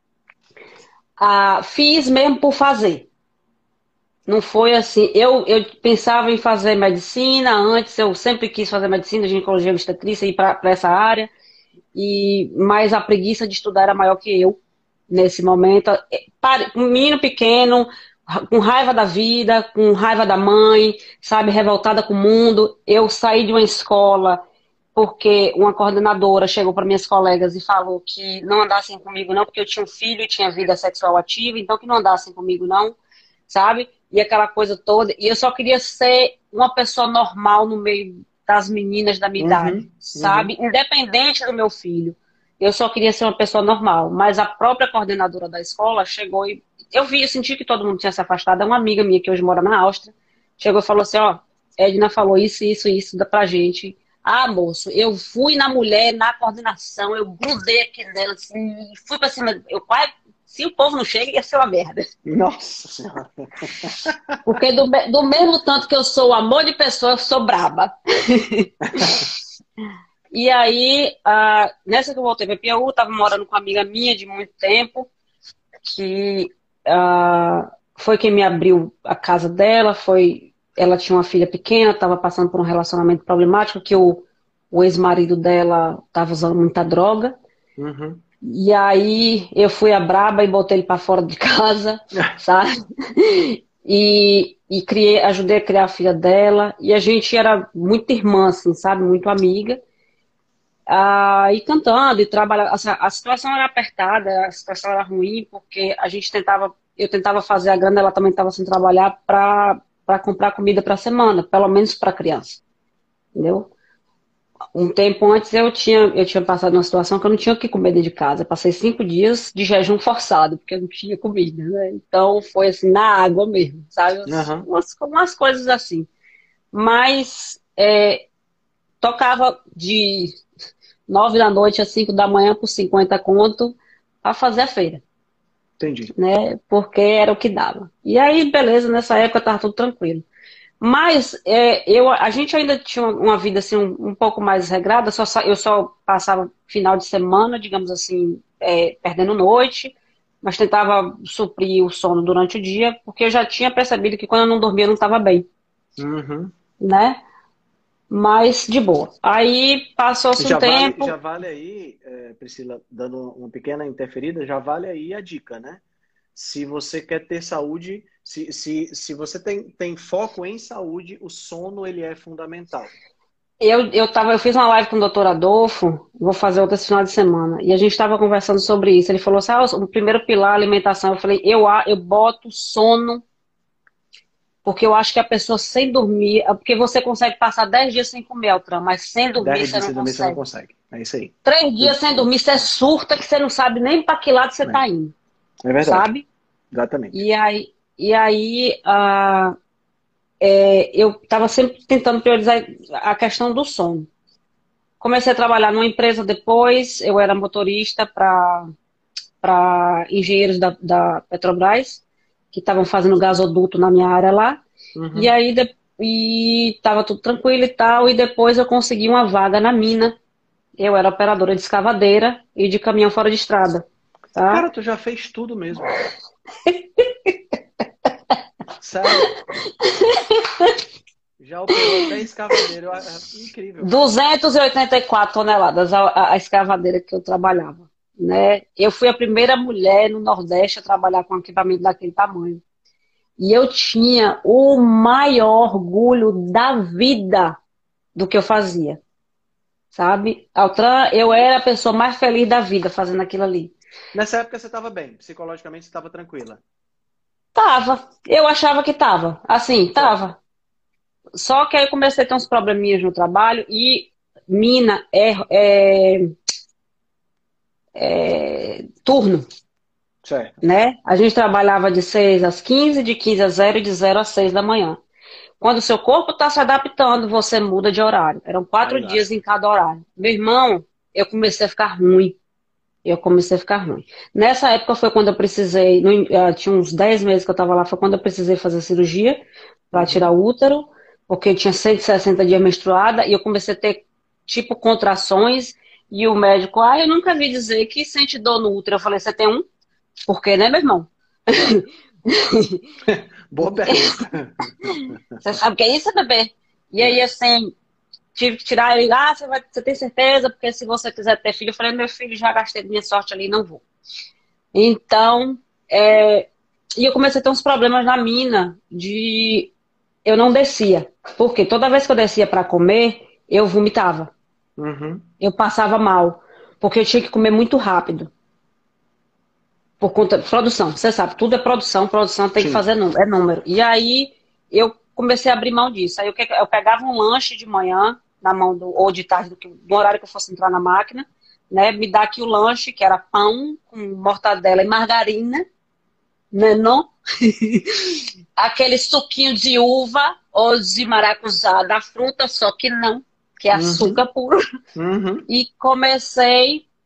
Ah, fiz mesmo por fazer. Não foi assim. Eu, eu pensava em fazer medicina antes, eu sempre quis fazer medicina, ginecologia, obstetrícia, ir para essa área, e mas a preguiça de estudar era maior que eu nesse momento. É, pare- Um menino pequeno, ra- com raiva da vida, com raiva da mãe, sabe, revoltada com o mundo. Eu saí de uma escola porque uma coordenadora chegou para minhas colegas e falou que não andassem comigo não, porque eu tinha um filho e tinha vida sexual ativa, então que não andassem comigo não, sabe? E aquela coisa toda. E eu só queria ser uma pessoa normal no meio das meninas da minha idade, Uhum, uhum. sabe? Independente do meu filho. Eu só queria ser uma pessoa normal. Mas a própria coordenadora da escola chegou e eu vi, eu senti que todo mundo tinha se afastado. É uma amiga minha que hoje mora na Áustria. Chegou e falou assim, ó, Edna falou isso, isso, isso pra gente. Ah, moço, eu fui na mulher, na coordenação, eu grudei aqui nela, assim, fui pra cima, eu quase Se o povo não chega, ia ser uma merda. Nossa Senhora. Porque do, do mesmo tanto que eu sou o amor de pessoa, eu sou braba. E aí, uh, nessa que eu voltei para Piauí, eu tava morando com uma amiga minha de muito tempo, que uh, foi quem me abriu a casa dela, foi... Ela tinha uma filha pequena, estava passando por um relacionamento problemático, que o, o ex-marido dela estava usando muita droga. Uhum. E aí eu fui a braba e botei ele para fora de casa, sabe? E, e criei, ajudei a criar a filha dela. E a gente era muito irmã, assim, sabe? Muito amiga. Ah, e cantando e trabalhando. A, a situação era apertada, a situação era ruim, porque a gente tentava, eu tentava fazer a grana, ela também estava sem trabalhar para para comprar comida para a semana, pelo menos para a criança. Entendeu? Um tempo antes eu tinha, eu tinha passado uma situação que eu não tinha o que comer dentro de casa. Eu passei cinco dias de jejum forçado, porque eu não tinha comida, né? Então foi assim, na água mesmo, sabe? Uhum. Umas, umas coisas assim. Mas é, tocava de nove da noite às cinco da manhã por cinquenta conto a fazer a feira. Entendi. Né? Porque era o que dava. E aí, beleza, nessa época tava tudo tranquilo. Mas é, eu, a gente ainda tinha uma vida assim, um, um pouco mais regrada, só, eu só passava final de semana, digamos assim, é, perdendo noite, mas tentava suprir o sono durante o dia, porque eu já tinha percebido que quando eu não dormia eu não estava bem. Uhum. Né? Mas de boa. Aí passou-se um Já vale, tempo. já vale aí, é, Priscila, dando uma pequena interferida, já vale aí a dica, né? Se você quer ter saúde, se, se, se você tem, tem foco em saúde, o sono ele é fundamental. Eu, eu, tava, eu fiz uma live com o doutor Adolfo, vou fazer outra esse final de semana, e a gente estava conversando sobre isso. Ele falou assim, ah, o primeiro pilar, alimentação. Eu falei, eu, eu boto sono, porque eu acho que a pessoa sem dormir, porque você consegue passar dez dias sem comer, Altran, mas sem dormir dez você dias não sem dormir você não consegue. consegue. É isso aí. Três dias sem dormir, você surta que você não sabe nem para que lado você está indo. É verdade. Sabe? Exatamente. E aí, e aí ah, é, eu estava sempre tentando priorizar a questão do sono. Comecei a trabalhar numa empresa depois, eu era motorista para engenheiros da, da Petrobras, que estavam fazendo gasoduto na minha área lá. Uhum. E aí estava tudo tranquilo e tal, e depois eu consegui uma vaga na mina. Eu era operadora de escavadeira e de caminhão fora de estrada. Tá? Cara, tu já fez tudo mesmo. Sério? Já operou até escavadeira. É incrível. duzentas e oitenta e quatro toneladas a, a escavadeira que eu trabalhava. Né? Eu fui a primeira mulher no Nordeste a trabalhar com equipamento daquele tamanho. E eu tinha o maior orgulho da vida do que eu fazia. Sabe? Altran, eu era a pessoa mais feliz da vida fazendo aquilo ali. Nessa época você estava bem? Psicologicamente você estava tranquila? Tava. Eu achava que tava. Assim, tava. Só que aí eu comecei a ter uns probleminhas no trabalho e mina é, é, é turno. Certo. Né? A gente trabalhava de seis às quinze, de quinze às zero e de zero às seis da manhã. Quando o seu corpo está se adaptando, você muda de horário. Eram quatro Aí, dias em cada horário. Meu irmão, eu comecei a ficar ruim. Eu comecei a ficar ruim. Nessa época foi quando eu precisei, no, uh, tinha uns dez meses que eu estava lá, foi quando eu precisei fazer cirurgia para uhum. tirar o útero, porque eu tinha cento e sessenta dias menstruada e eu comecei a ter, tipo, contrações e o médico, ah, eu nunca vi dizer que sente dor no útero. Eu falei, você tem um? Por quê, né, meu irmão? Boa pergunta. Você sabe o que é isso, bebê? E aí, assim, tive que tirar ele, ah, você, vai, você tem certeza? Porque se você quiser ter filho, eu falei, meu filho, já gastei minha sorte ali, não vou. Então, é, e eu comecei a ter uns problemas na mina de eu não descia. Porque toda vez que eu descia para comer, eu vomitava. Uhum. Eu passava mal. Porque eu tinha que comer muito rápido. Por conta de produção, você sabe, tudo é produção, produção tem Sim. que fazer número, é número. E aí eu comecei a abrir mão disso. Aí eu, eu pegava um lanche de manhã, na mão do, ou de tarde, do, do horário que eu fosse entrar na máquina, né? Me dá aqui o lanche, que era pão com mortadela e margarina, né? Não? Aquele suquinho de uva ou de maracujá da fruta, só que não, que é açúcar uhum. puro. Uhum. E comecei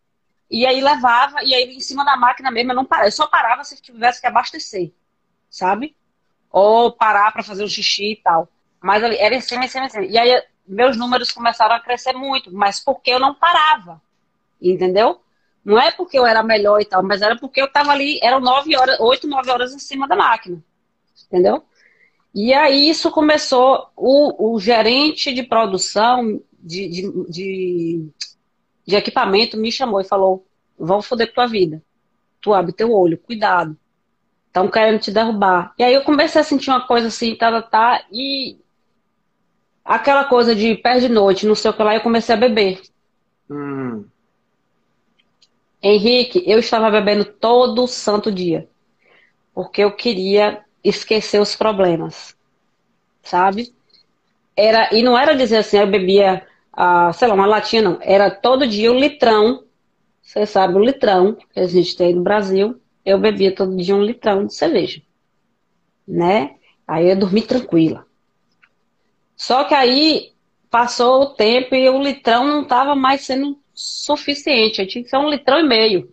e aí levava, e aí em cima da máquina mesmo eu não parava. Eu só parava se tivesse que abastecer, sabe? Ou parar para fazer um xixi e tal. Mas ali, era em cima, em cima, em cima. E aí meus números começaram a crescer muito, mas porque eu não parava, entendeu? Não é porque eu era melhor e tal, mas era porque eu tava ali, eram nove horas, oito, nove horas em cima da máquina, entendeu? E aí isso começou, o, o gerente de produção de, de, de, de equipamento me chamou e falou, vão foder com tua vida. Tu abre teu olho, cuidado. Estão querendo te derrubar. E aí eu comecei a sentir uma coisa assim, tá, tá, tá, e aquela coisa de pé de noite, não sei o que lá, eu comecei a beber. Hum. Henrique, eu estava bebendo todo santo dia, porque eu queria esquecer os problemas, sabe? Era, e não era dizer assim, eu bebia, ah, sei lá, uma latinha, não. Era todo dia um litrão, você sabe, um litrão que a gente tem no Brasil, eu bebia todo dia um litrão de cerveja, né? Aí eu dormi tranquila. Só que aí passou o tempo e o litrão não estava mais sendo suficiente. Eu tinha que ser um litrão e meio.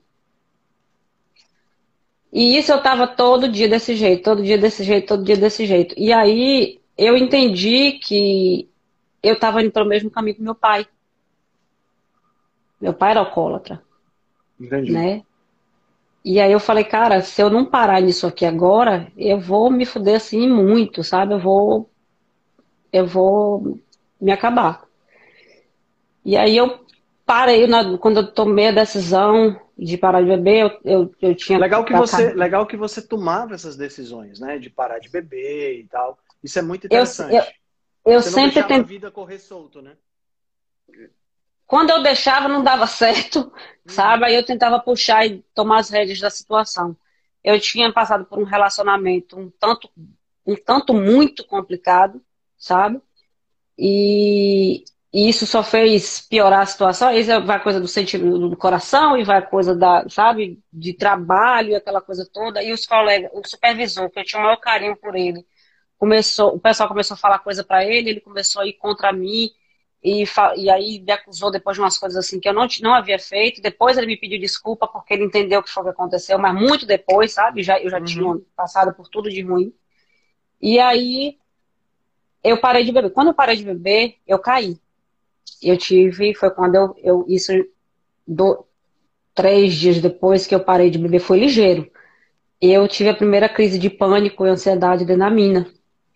E isso eu estava todo dia desse jeito, todo dia desse jeito, todo dia desse jeito. E aí eu entendi que eu estava indo pelo mesmo caminho que meu pai. Meu pai era alcoólatra, Entendi. né? E aí eu falei, cara, se eu não parar nisso aqui agora, eu vou me fuder assim muito, sabe? Eu vou, eu vou me acabar. E aí eu parei, na- quando eu tomei a decisão de parar de beber, eu, eu, eu tinha Legal que você, acabado. legal que você tomava essas decisões, né? De parar de beber e tal. Isso é muito Eu, eu, interessante. eu Você não sempre deixava a tentei. vida correr solto, né? Quando eu deixava, não dava certo, sabe? Uhum. Aí eu tentava puxar e tomar as rédeas da situação. Eu tinha passado por um relacionamento um tanto, um tanto muito complicado, sabe? E, e isso só fez piorar a situação. Aí vai coisa do sentimento do coração e vai coisa da, sabe, de trabalho, aquela coisa toda. E os colegas, o supervisor, que eu tinha o maior carinho por ele, começou, o pessoal começou a falar coisa para ele, ele começou a ir contra mim. E, fa- e aí me acusou depois de umas coisas assim que eu não, não havia feito. Depois ele me pediu desculpa porque ele entendeu o que foi que aconteceu, mas muito depois, sabe? Já, eu já tinha Uhum. passado por tudo de ruim. E aí eu parei de beber. Quando eu parei de beber, eu caí. Eu tive, foi quando eu, eu isso, do, três dias depois que eu parei de beber, foi ligeiro. Eu tive a primeira crise de pânico e ansiedade dentro da mina.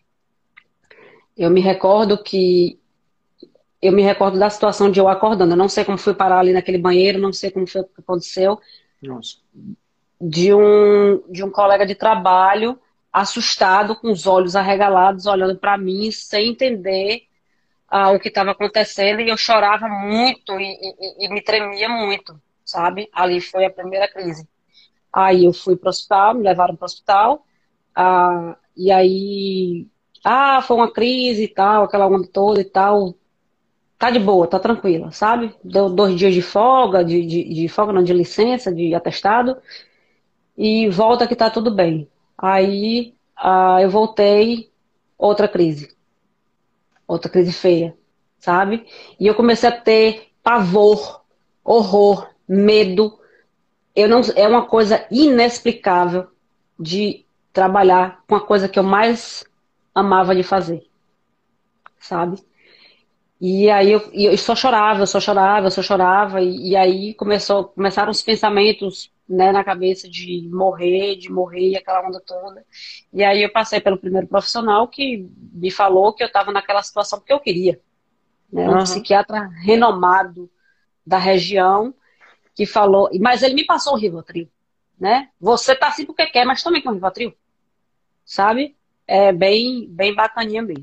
Eu me recordo que, eu me recordo da situação de eu acordando. Eu não sei como fui parar ali naquele banheiro, não sei como foi que aconteceu, Nossa. de um, de um colega de trabalho assustado, com os olhos arregalados, olhando para mim, sem entender ah, o que estava acontecendo, e eu chorava muito e, e, e me tremia muito, sabe? Ali foi a primeira crise. Aí eu fui para o hospital, me levaram para o hospital, ah, e aí, ah, foi uma crise e tal, aquela onda toda e tal. Tá de boa, tá tranquila, sabe? Deu dois dias de folga, de, de, de folga, não, de licença, de atestado, e volta que tá tudo bem. Aí ah, eu voltei, outra crise, outra crise feia, sabe? E eu comecei a ter pavor, horror, medo. Eu não, é uma coisa inexplicável de trabalhar com a coisa que eu mais amava de fazer, sabe? E aí eu, e eu só chorava, eu só chorava, eu só chorava, e, e aí começou, começaram os pensamentos, né, na cabeça de morrer, de morrer, e aquela onda toda. E aí eu passei pelo primeiro profissional que me falou que eu estava naquela situação porque eu queria, né, um Aham. psiquiatra renomado da região que falou, mas ele me passou o Rivotril, né? Você tá assim porque quer, mas também com o Rivotril, sabe? É bem, bem bacaninha mesmo.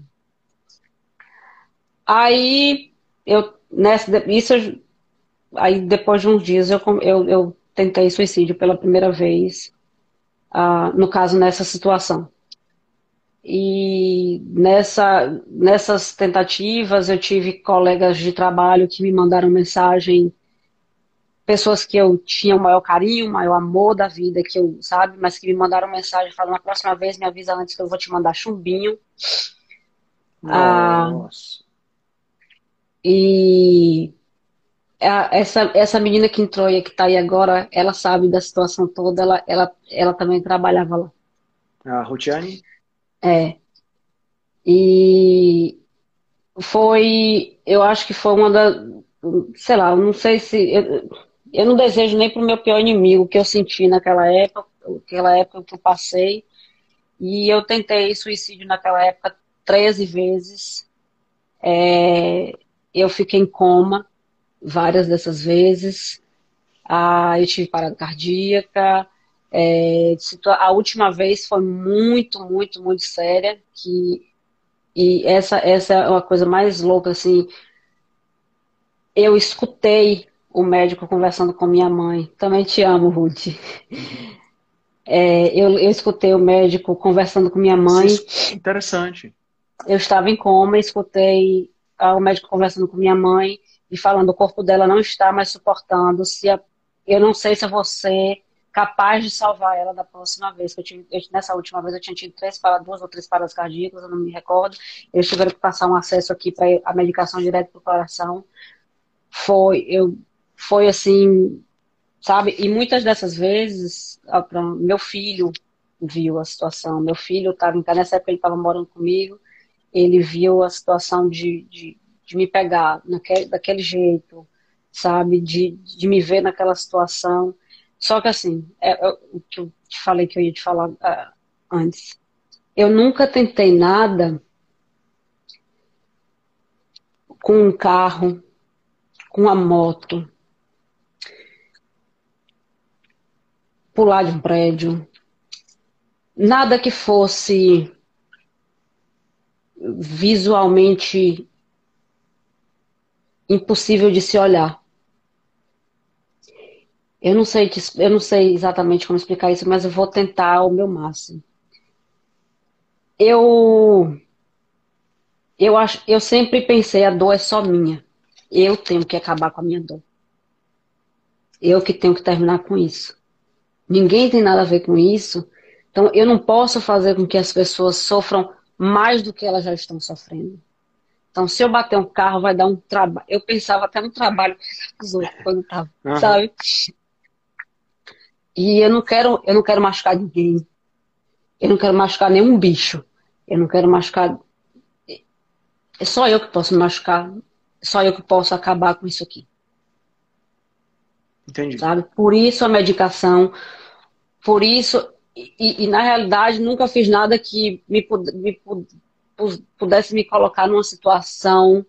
Aí eu nessa isso aí depois de uns dias eu, eu, eu tentei suicídio pela primeira vez, ah, no caso nessa situação. E nessa, nessas tentativas eu tive colegas de trabalho que me mandaram mensagem, pessoas que eu tinha o maior carinho, o maior amor da vida, que eu, sabe, mas que me mandaram mensagem falando, na próxima vez me avisa antes que eu vou te mandar chumbinho. Ah, Nossa. e a- essa, essa menina que entrou e que tá aí agora, ela sabe da situação toda, ela, ela, ela também trabalhava lá. A Rutiane? É. E foi, eu acho que foi uma da, sei lá, eu não sei se, eu, eu não desejo nem pro meu pior inimigo o que eu senti naquela época, aquela época que eu passei, e eu tentei suicídio naquela época treze vezes, é, eu fiquei em coma várias dessas vezes, ah, eu tive parada cardíaca, é, situa- a última vez foi muito, muito, muito séria, que, e essa, essa é uma coisa mais louca, assim, eu escutei o médico conversando com minha mãe. Também te amo, Ruth. Uhum. É, eu, eu escutei o médico conversando com minha Se mãe. es- Interessante. Eu estava em coma, escutei ah, o médico conversando com minha mãe e falando: o corpo dela não está mais suportando. Se a- eu não sei se eu vou ser capaz de salvar ela da próxima vez. Que eu tive, eu- nessa última vez eu tinha tido três paradas, duas ou três paradas cardíacas, eu não me recordo. Eles tiveram que passar um acesso aqui para a medicação direto para o coração. Foi, eu, foi assim, sabe? E muitas dessas vezes, ah, pra- meu filho viu a situação. Meu filho estava em casa, nessa época ele estava morando comigo, ele viu a situação de, de, de me pegar naquele, daquele jeito, sabe? De, de me ver naquela situação. Só que assim, é, é o que eu te falei que eu ia te falar ah, antes. Eu nunca tentei nada com um carro, com uma moto, pular de um prédio, nada que fosse visualmente impossível de se olhar. Eu não sei, te- eu não sei exatamente como explicar isso, mas eu vou tentar o meu máximo. Eu, eu acho, eu sempre pensei, a dor é só minha. Eu tenho que acabar com a minha dor. Eu que tenho que terminar com isso. Ninguém tem nada a ver com isso. Então, eu não posso fazer com que as pessoas sofram mais do que elas já estão sofrendo. Então, se eu bater um carro, vai dar um trabalho. Eu pensava até no trabalho que os outros quando tava, Aham. sabe? E eu não quero, eu não quero machucar ninguém. Eu não quero machucar nenhum bicho. Eu não quero machucar. É só eu que posso me machucar. Só eu que posso acabar com isso aqui, Entendi. sabe? Por isso a medicação, por isso. E, e, na realidade nunca fiz nada que me, pu- me pu- pu- pudesse me colocar numa situação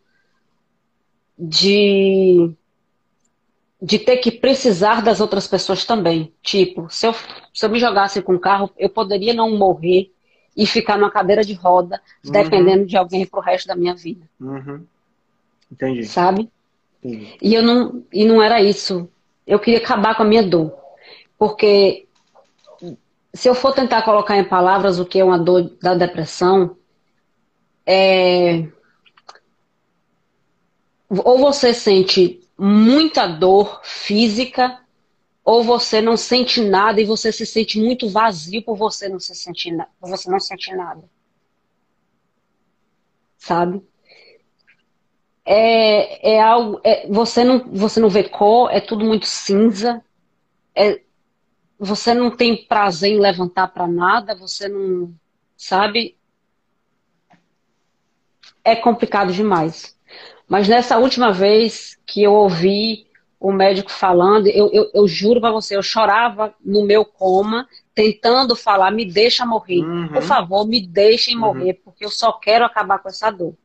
de, de ter que precisar das outras pessoas também. Tipo, se eu, se eu me jogasse com o carro, eu poderia não morrer e ficar numa cadeira de roda, Uhum. dependendo de alguém pro resto da minha vida, Uhum. Entendi. sabe? Entendi. E eu não, e não era isso. Eu queria acabar com a minha dor. Porque se eu for tentar colocar em palavras o que é uma dor da depressão, é, ou você sente muita dor física, ou você não sente nada e você se sente muito vazio por você não se sentir, na- por você não sentir nada, sabe? É, é algo, é- você não, você não vê cor, é tudo muito cinza, é, você não tem prazer em levantar para nada, você não, sabe? É complicado demais. Mas nessa última vez que eu ouvi o médico falando, eu, eu, eu juro para você, eu chorava no meu coma, tentando falar, me deixa morrer. Por Uhum. favor, me deixem Uhum. morrer, porque eu só quero acabar com essa dor.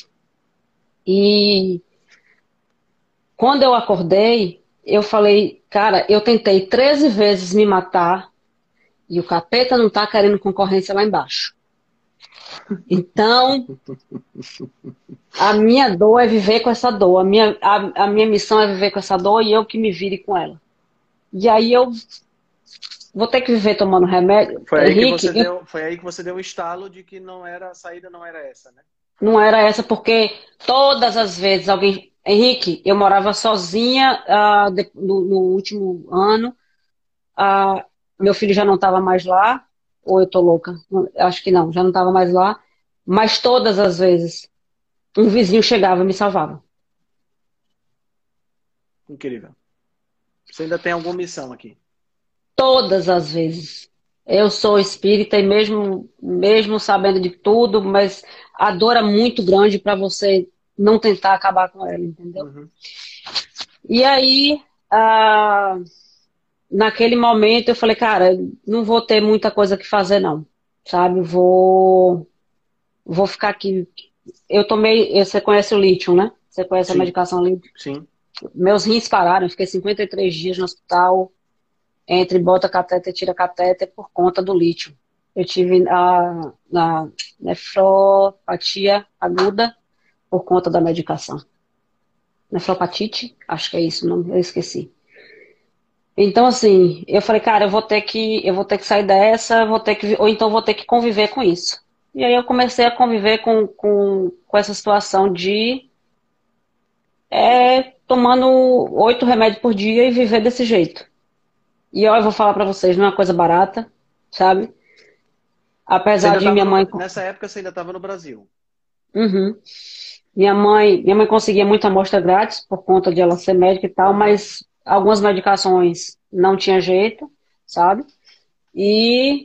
E quando eu acordei, eu falei, cara, eu tentei treze vezes me matar e o capeta não tá querendo concorrência lá embaixo. Então, a minha dor é viver com essa dor. A minha, a, a minha missão é viver com essa dor e eu que me vire com ela. E aí eu vou ter que viver tomando remédio. Foi aí que Henrique, você eu- deu, foi aí que você deu o estalo de que não era, a saída não era essa, né? não era essa, porque todas as vezes alguém. Henrique, eu morava sozinha ah, de- no, no último ano. Ah, meu filho já não estava mais lá. Ou eu tô louca? Não, acho que não, já não estava mais lá. Mas todas as vezes um vizinho chegava e me salvava. Incrível. Você ainda tem alguma missão aqui? Todas as vezes. Eu sou espírita e mesmo, mesmo sabendo de tudo, mas a dor é muito grande para você não tentar acabar com ela, entendeu? Uhum. E aí, ah, naquele momento, eu falei, cara, não vou ter muita coisa que fazer, não. Sabe? Vou, vou ficar aqui. Eu tomei. Você conhece o lítio, né? Você conhece a Sim, medicação lítio? sim. Meus rins pararam, eu fiquei cinquenta e três dias no hospital, entre bota catéter e tira catéter, por conta do lítio. Eu tive a, a nefropatia aguda por conta da medicação. Nefropatite, acho que é isso, não, eu esqueci. Então, assim, eu falei, cara, eu vou ter que, eu vou ter que sair dessa, vou ter que, ou então vou ter que conviver com isso. E aí eu comecei a conviver com, com, com essa situação de é, tomando oito remédios por dia e viver desse jeito. E ó, eu vou falar pra vocês, não é uma coisa barata, sabe? Você Apesar ainda de estava minha no... mãe. Nessa época você ainda estava no Brasil. Uhum. Minha mãe, minha mãe conseguia muita amostra grátis por conta de ela ser médica e tal, Uhum. mas algumas medicações não tinha jeito, sabe? E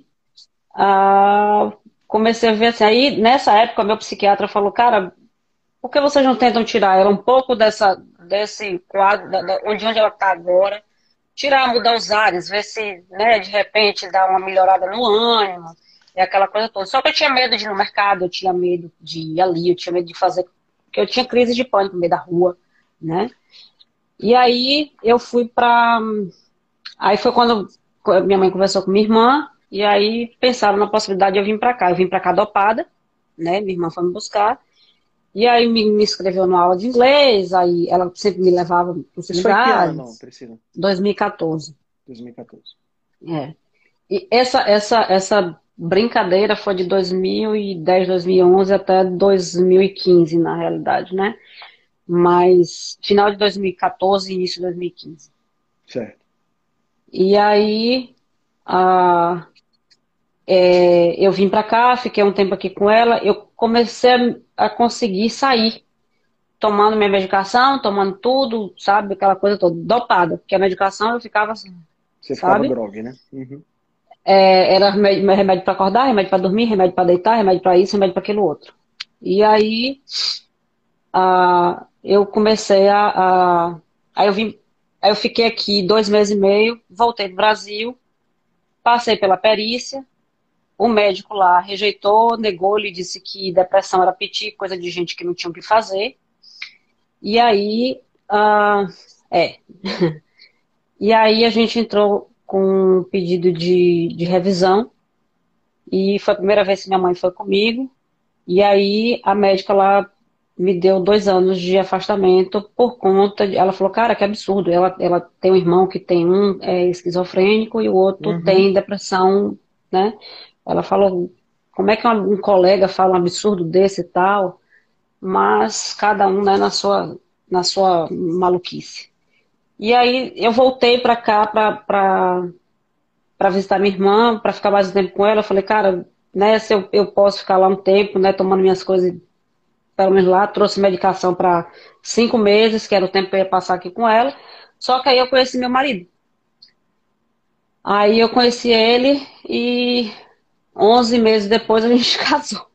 ah, comecei a ver assim. Aí, nessa época, meu psiquiatra falou, cara, por que vocês não tentam tirar ela um pouco dessa, desse quadro, da, da, onde, onde ela está agora? Tirar, mudar os ares, ver se, né, de repente dá uma melhorada no ânimo, e aquela coisa toda. Só que eu tinha medo de ir no mercado, eu tinha medo de ir ali, eu tinha medo de fazer, porque eu tinha crise de pânico no meio da rua, né? E aí eu fui pra. Aí foi quando minha mãe conversou com minha irmã, e aí pensaram na possibilidade de eu vir pra cá. Eu vim pra cá dopada, né? Minha irmã foi me buscar. E aí me, me inscreveu numa aula de inglês, aí ela sempre me levava para os Isso foi que ano, lugares. Priscila? dois mil e quatorze. dois mil e quatorze. É. E essa, essa, essa brincadeira foi de dois mil e dez, dois mil e onze até dois mil e quinze, na realidade, né? Mas final de dois mil e quatorze e início de dois mil e quinze. Certo. E aí a, é, eu vim pra cá, fiquei um tempo aqui com ela, eu comecei a, a conseguir sair, tomando minha medicação, tomando tudo, sabe? Aquela coisa toda, dopada, porque a medicação eu ficava assim, Você ficava sabe? grogue, né? Uhum. É, era remédio, remédio para acordar, remédio para dormir, remédio para deitar, remédio para isso, remédio para aquilo outro. E aí ah, eu comecei a, a. Aí eu vim. Aí eu fiquei aqui dois meses e meio, voltei pro Brasil, passei pela perícia, o médico lá rejeitou, negou, ele disse que depressão era piti, coisa de gente que não tinha o que fazer. E aí. Ah, é. E aí a gente entrou com um pedido de, de revisão. E foi a primeira vez que minha mãe foi comigo. E aí a médica lá me deu dois anos de afastamento por conta de... Ela falou, cara, que absurdo. Ela, ela tem um irmão que tem um é, esquizofrênico e o outro Uhum. tem depressão, né? Ela falou, como é que um um colega fala um absurdo desse e tal? Mas cada um, né, na sua, na sua maluquice. E aí eu voltei para cá para para visitar minha irmã, para ficar mais um tempo com ela. Eu falei, cara, né, se eu, eu posso ficar lá um tempo, né, tomando minhas coisas, pelo menos lá, trouxe medicação para cinco meses, que era o tempo que eu ia passar aqui com ela. Só que aí eu conheci meu marido. Aí eu conheci ele e onze meses depois a gente casou.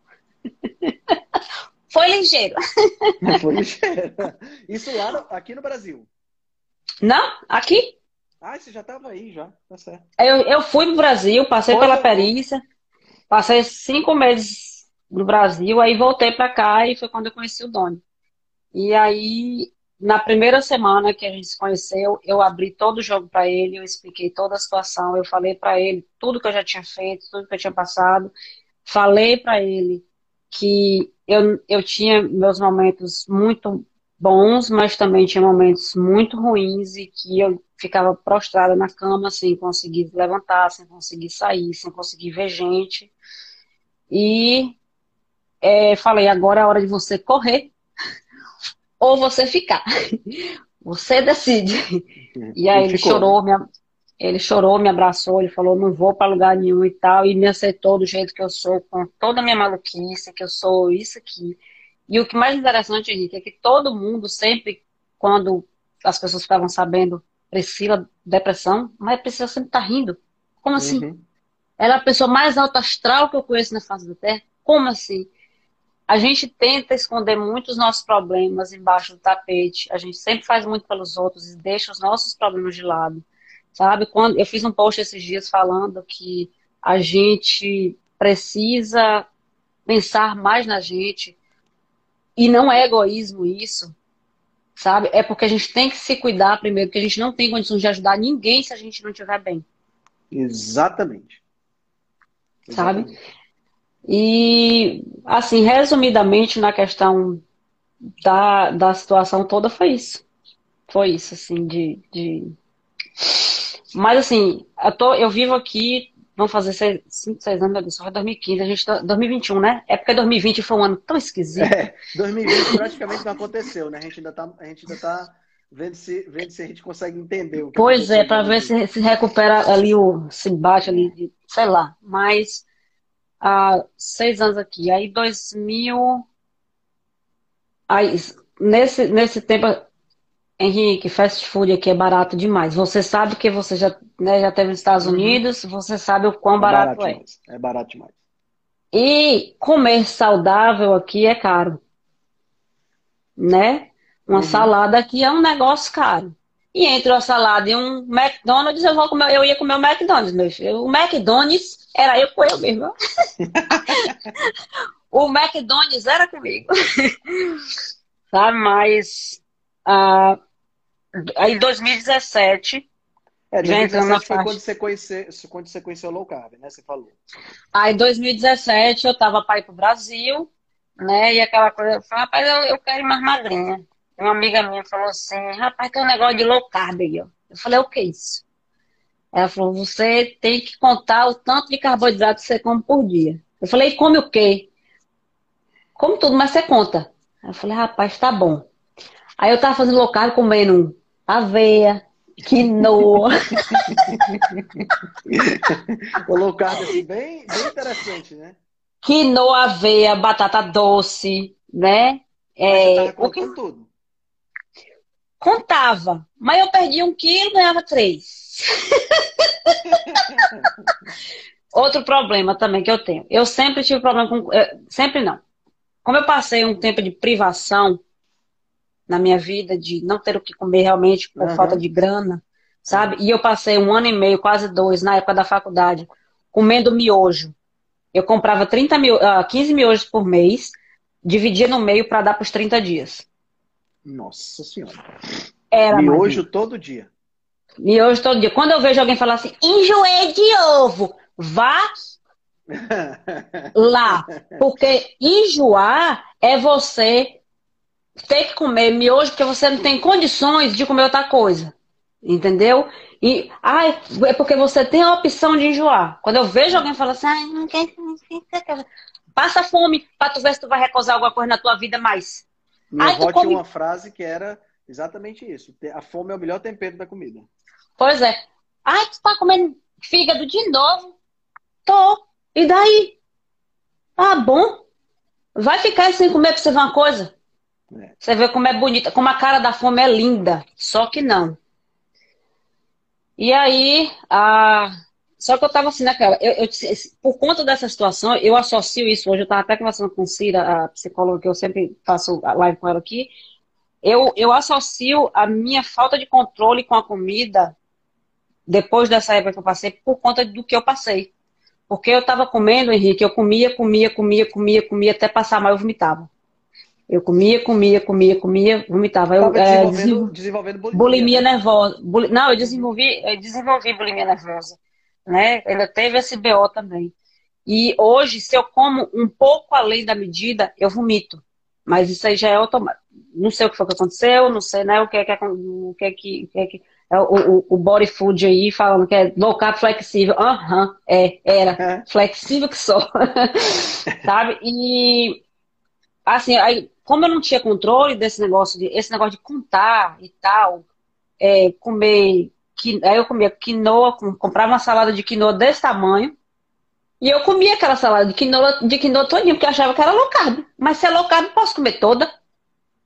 Foi ligeiro. Foi ligeiro. Isso lá no- aqui no Brasil. Não, aqui. Ah, você já estava aí, já. Tá certo. Eu, eu fui pro Brasil, passei Foi, pela voltou. perícia, passei cinco meses no Brasil, aí voltei para cá e foi quando eu conheci o Doni. E aí, na primeira semana que a gente se conheceu, eu abri todo o jogo para ele, eu expliquei toda a situação, eu falei para ele tudo que eu já tinha feito, tudo que eu tinha passado. Falei para ele que eu, eu tinha meus momentos muito bons, mas também tinha momentos muito ruins e que eu ficava prostrada na cama sem conseguir levantar, sem conseguir sair, sem conseguir ver gente. E é, falei, agora é a hora de você correr ou você ficar. Você decide. E E aí ele ficou, né? chorou, me, ele chorou, me abraçou, ele falou, não vou para lugar nenhum e tal, e me aceitou do jeito que eu sou, com toda a minha maluquice, que eu sou isso aqui. E o que mais interessante, Henrique, é que todo mundo sempre, quando as pessoas ficavam sabendo, Priscila, depressão, mas a Priscila sempre tá rindo. Como assim? Uhum. Ela é a pessoa mais alta astral que eu conheço na face da Terra? Como assim? A gente tenta esconder muito os nossos problemas embaixo do tapete. A gente sempre faz muito pelos outros e deixa os nossos problemas de lado. Sabe? Quando eu fiz um post esses dias falando que a gente precisa pensar mais na gente e não é egoísmo isso, sabe? É porque a gente tem que se cuidar primeiro, porque a gente não tem condições de ajudar ninguém se a gente não estiver bem, Exatamente. sabe? Exatamente. E, assim, resumidamente, na questão da, da situação toda, foi isso. Foi isso, assim, de... de... Mas, assim, eu, tô, eu vivo aqui, vão fazer seis, cinco, seis anos, meu Deus, só foi dois mil e quinze, a gente tá, dois mil e vinte e um, né? É porque dois mil e vinte foi um ano tão esquisito. É, dois mil e vinte praticamente não aconteceu, né? A gente ainda tá, a gente ainda tá vendo se, vendo se a gente consegue entender o que Pois aconteceu é, em para ver dois mil e vinte. se se recupera ali o, se bate ali, É. de, sei lá. Mas há seis anos aqui, aí dois mil, aí nesse nesse tempo, Henrique, fast food aqui é barato demais. Você sabe que você já, né, já esteve nos Estados Uhum. Unidos, você sabe o quão É barato barato é. demais. É barato demais. E comer saudável aqui é caro, né? Uma Uhum. salada aqui é um negócio caro. E entre uma salada e um McDonald's, eu vou comer, eu ia comer o McDonald's, meu filho. O McDonald's era eu com eu mesmo. O McDonald's era comigo, sabe? Mas ah, aí em dois mil e dezessete, É, já entrando na dois mil e dezessete foi quando faixa. você conheceu, quando você conheceu o low carb, né? Você falou. Aí em dois mil e dezessete eu tava para ir pro Brasil, né? E aquela coisa, eu falei, rapaz, eu, eu quero ir mais magrinha. E uma amiga minha falou assim, rapaz, tem um negócio de low carb aí, ó. Eu falei, o que é isso? Ela falou, você tem que contar o tanto de carboidrato que você come por dia. Eu falei, come o quê? Como tudo, mas você conta. Aí eu falei, rapaz, tá bom. Aí eu tava fazendo low carb comendo aveia, quinoa, O low carb, assim, bem, bem interessante, né? quinoa, aveia, batata doce, né? Mas você tava É, o que contando tudo. contava. Mas eu perdi um quilo e ganhava três. Outro problema também que eu tenho. Eu sempre tive problema com. eh, Sempre não. Como eu passei um tempo de privação na minha vida, de não ter o que comer realmente por falta Aham, de grana, sabe? aham. E eu passei um ano e meio, quase dois, na época da faculdade, comendo miojo. Eu comprava trinta mil, ah, quinze miojos por mês, dividia no meio para dar para os trinta dias. Nossa senhora. Era, Miojo Maguinho. todo dia. Miojo todo dia. Quando eu vejo alguém falar assim, enjoei de ovo, vá lá. Porque enjoar é você ter que comer miojo porque você não tem condições de comer outra coisa. Entendeu? E, ai, é porque você tem a opção de enjoar. Quando eu vejo alguém falar assim, ai, não quer, não quer, passa fome pra tu ver se tu vai recusar alguma coisa na tua vida mais. Minha Ai, tu avó tinha uma come. frase que era exatamente isso. A fome é o melhor tempero da comida. Pois é. Ai, tu tá comendo fígado de novo? Tô. E daí? Ah, bom. Vai ficar sem comer pra você ver uma coisa. É. Você vê como é bonita, como a cara da fome é linda. Só que não. E aí, a... só que eu tava assim naquela. Eu, eu- por conta dessa situação, eu associo isso. Hoje eu tava até conversando com Cira, a psicóloga que eu sempre faço a live com ela aqui. Eu, eu associo a minha falta de controle com a comida, depois dessa época que eu passei, por conta do que eu passei. Porque eu tava comendo, Henrique, eu comia, comia, comia, comia, comia, até passar mal, eu vomitava. Eu comia, comia, comia, comia, vomitava. Eu Tava é, desenvolvendo, desenvol- desenvolvendo bulimia, bulimia né? nervosa. Buli- Não, eu Uhum. desenvolvi, eu desenvolvi bulimia nervosa, né? Ela teve esse B O também. E hoje, se eu como um pouco além da medida, eu vomito. Mas isso aí já é automático. Não sei o que foi que aconteceu, não sei, né? O que é que, o que, é que, o que, é que é o, o, o body food aí falando que é low carb flexível. Aham, é, era flexível que só. Sabe? E assim, aí, como eu não tinha controle desse negócio de, esse negócio de contar e tal, é, comer, qui- aí eu comia quinoa, com- comprava uma salada de quinoa desse tamanho, e eu comia aquela salada de quinoa, de quinoa todinha, porque eu achava que era low carb. Mas se é low carb, eu posso comer toda.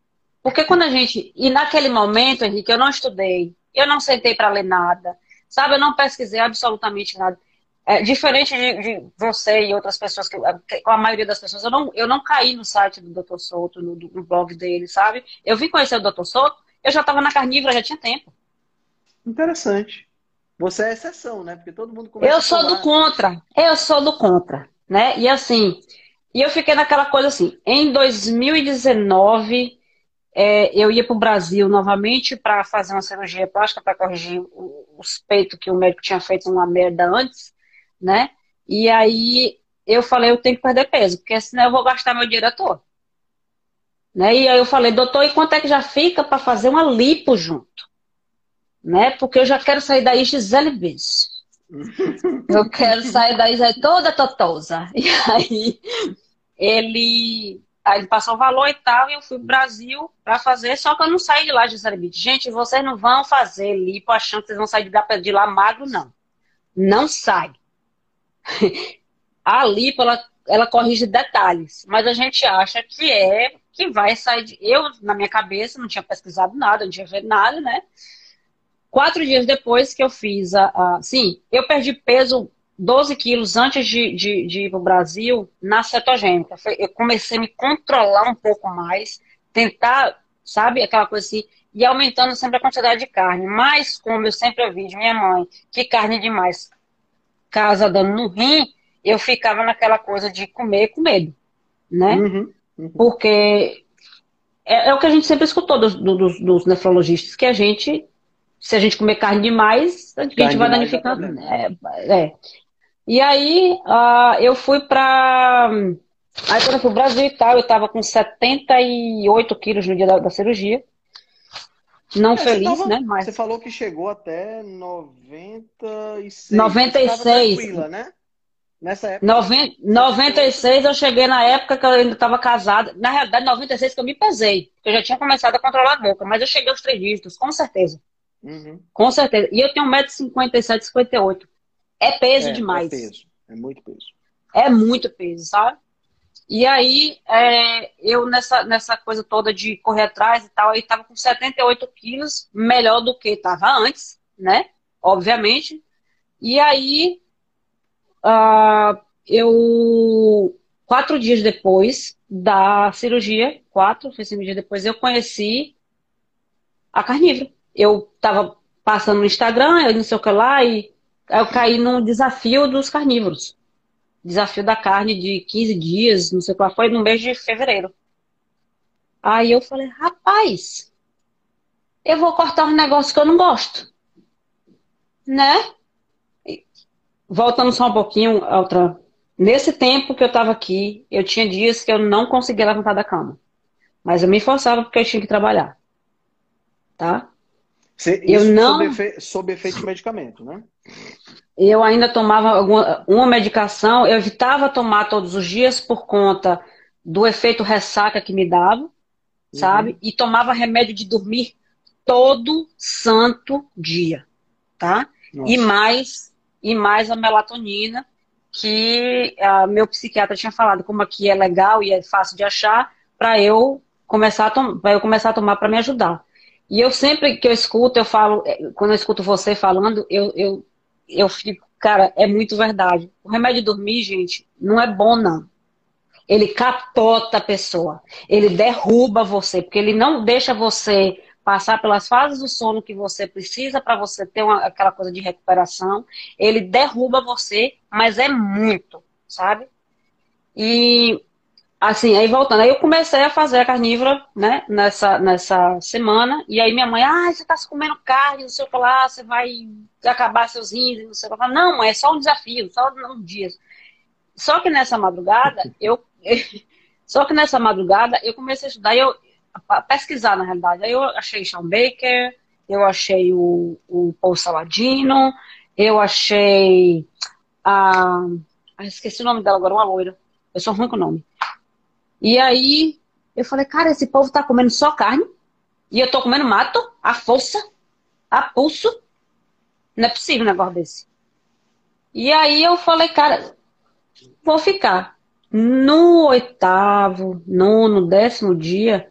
Porque quando a gente... E naquele momento, Henrique, eu não estudei, eu não sentei para ler nada, sabe? Eu não pesquisei absolutamente nada. É, diferente de, de você e outras pessoas, que, com a maioria das pessoas, eu não, eu não caí no site do doutor Souto, no, no blog dele, sabe? Eu vim conhecer o doutor Souto, eu já estava na carnívora, já tinha tempo. Interessante. Você é exceção, né? Porque todo mundo começa Eu a sou do tomar. contra, eu sou do contra, né? E assim, e eu fiquei naquela coisa assim, em dois mil e dezenove, é, eu ia para o Brasil novamente para fazer uma cirurgia plástica para corrigir o- os peitos que o médico tinha feito uma merda antes, né? E aí eu falei, eu tenho que perder peso, porque senão eu vou gastar meu dinheiro à toa. Né? E aí eu falei, doutor, e quanto é que já fica para fazer uma lipo junto? Né? Porque eu já quero sair daí Gisele Bündchen. Eu quero sair daí já toda totosa. E aí ele, aí ele passou o valor e tal, e eu fui pro Brasil para fazer, só que eu não saí de lá Gisele Bündchen. Gente, vocês não vão fazer lipo achando que vocês vão sair de lá, de lá magro, não. Não sai. A lipo, ela, ela corrige detalhes, mas a gente acha que é, que vai sair de... Eu, na minha cabeça, não tinha pesquisado nada, não tinha feito nada, né? Quatro dias depois que eu fiz a... a sim, eu perdi peso doze quilos antes de, de, de ir para o Brasil na cetogênica. Foi- Eu comecei a me controlar um pouco mais, tentar, sabe, aquela coisa assim, e aumentando sempre a quantidade de carne. Mas, como eu sempre ouvi de minha mãe, que carne demais casa dando no rim, eu ficava naquela coisa de comer com medo, né? Uhum, uhum. Porque é, é o que a gente sempre escutou dos, dos, dos nefrologistas, que a gente, se a gente comer carne demais, a gente Carne vai demais dá danificar. problema. É, é. E aí, ah, eu fui pra. Aí, quando eu fui pro Brasil e tal, eu tava com setenta e oito quilos no dia da, da cirurgia. Não É, você feliz, tava, né? você Mas falou que chegou até noventa e seis. Então noventa você e estava seis tranquila, né? Nessa época, Noventa- setenta e noventa e oito. seis eu cheguei na época que eu ainda estava casada. Na realidade, noventa e seis que eu me pesei. Porque eu já tinha começado a controlar a boca. Mas eu cheguei aos três dígitos, com certeza. Uhum. Com certeza. E eu tenho um metro e cinquenta e sete, cinquenta e oito. É peso É, é demais. peso. É muito peso. É muito peso, sabe? E aí, é, eu nessa, nessa coisa toda de correr atrás e tal, aí tava com setenta e oito quilos, melhor do que estava antes, né? Obviamente. E aí, ah, eu, quatro dias depois da cirurgia, quatro, foi cinco dias depois, eu conheci a carnívora. Eu tava passando no Instagram, eu não sei o que lá, e aí eu caí num desafio dos carnívoros. Desafio da carne de quinze dias, não sei o que lá, foi no mês de fevereiro. Aí eu falei, rapaz, eu vou cortar um negócio que eu não gosto, né? Voltando só um pouquinho, outra. Nesse tempo que eu estava aqui, eu tinha dias que eu não conseguia levantar da cama. Mas eu me forçava porque eu tinha que trabalhar, tá? Você- Eu isso sob, não, efe, sob efeito de medicamento, né? eu ainda tomava alguma, uma medicação, eu evitava tomar todos os dias por conta do efeito ressaca que me dava, sabe? Uhum. E tomava remédio de dormir todo santo dia, tá? E Nossa. mais, e mais a melatonina, que a meu psiquiatra tinha falado como aqui é legal e é fácil de achar, para eu começar a tom- pra eu começar a tomar para me ajudar. E eu sempre que eu escuto, eu falo, eh, quando eu escuto você falando, eu, eu, eu fico, cara, é muito verdade. O remédio de dormir, gente, não é bom, não. Ele capota a pessoa, ele derruba você, porque ele não deixa você passar pelas fases do sono que você precisa para você ter uma, aquela coisa de recuperação. Ele derruba você, mas é muito, sabe? E assim, aí voltando, aí eu comecei a fazer a carnívora, né, nessa, nessa semana, e aí minha mãe, ah, você tá se comendo carne, não sei o que lá, você vai acabar seus rins, não sei o que lá. Não, mãe, é só um desafio, só um dia. Só que nessa madrugada, eu. Só que nessa madrugada eu comecei a estudar, eu, a pesquisar na realidade. Aí eu achei Shawn Baker, eu achei o, o Paul Saladino, eu achei a. Ah, esqueci o nome dela agora, uma loira. Eu sou ruim com o nome. E aí eu falei, cara, esse povo tá comendo só carne e eu tô comendo mato, a força, a pulso. Não é possível um negócio desse. E aí eu falei, cara, vou ficar. No oitavo, nono, décimo dia,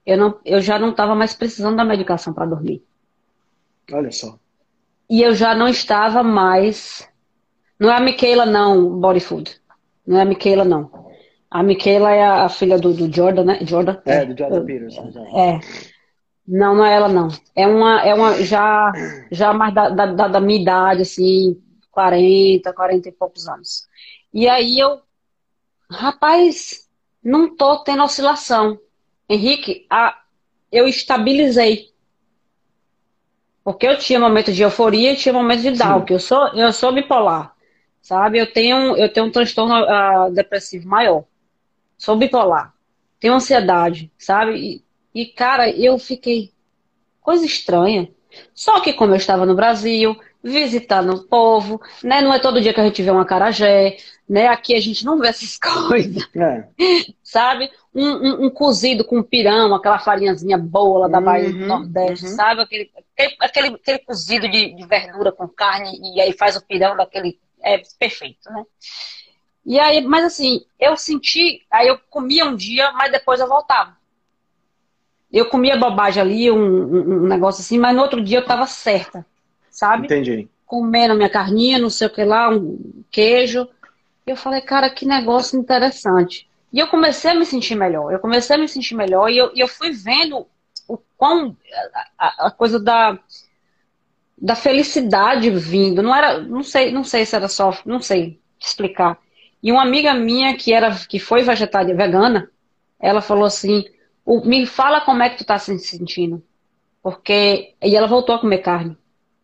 eu, não, eu já não estava mais precisando da medicação para dormir. Olha só. E eu já não estava mais... Não é a Michaela, não, body food. Não é a Michaela, não. A Michaela é a, a filha do, do Jordan, né? Jordan? É, É. do Jordan Peterson. Já. É. Não, não é ela, não. É uma, é uma já, já mais da, da, da da minha idade, assim, quarenta, quarenta e poucos anos. E aí eu, rapaz, não tô tendo oscilação. Henrique, a, eu estabilizei. Porque eu tinha momento de euforia e tinha momento de down, Sim. que eu sou, eu sou bipolar, sabe? Eu tenho, eu tenho um transtorno ah, depressivo maior. Sou bipolar. Tenho ansiedade, sabe? E, e, cara, eu fiquei coisa estranha. Só que como eu estava no Brasil, visitando o povo, né? Não é todo dia que a gente vê um acarajé, né? Aqui a gente não vê essas coisas, É. sabe? Um, um, um cozido com pirão, aquela farinhazinha boa lá da Bahia do Uhum, Nordeste, uhum. sabe? Aquele, aquele, aquele, aquele cozido de, de verdura com carne e aí faz o pirão daquele... É perfeito, né? E aí, mas assim, eu senti... Aí eu comia um dia, mas depois eu voltava. Eu comia bobagem ali, um, um, um negócio assim, mas no outro dia eu tava certa, sabe? Entendi. Comendo minha carninha, não sei o que lá, um queijo. E eu falei, cara, que negócio interessante. E eu comecei a me sentir melhor. Eu comecei a me sentir melhor e eu, e eu fui vendo o quão a, a- a coisa da, da felicidade vindo. Não era, não sei, não sei se era só, não sei explicar. E uma amiga minha que era, que foi vegetariana, vegana, ela falou assim, "O- me fala como é que tu tá se sentindo. Porque, e ela voltou a comer carne.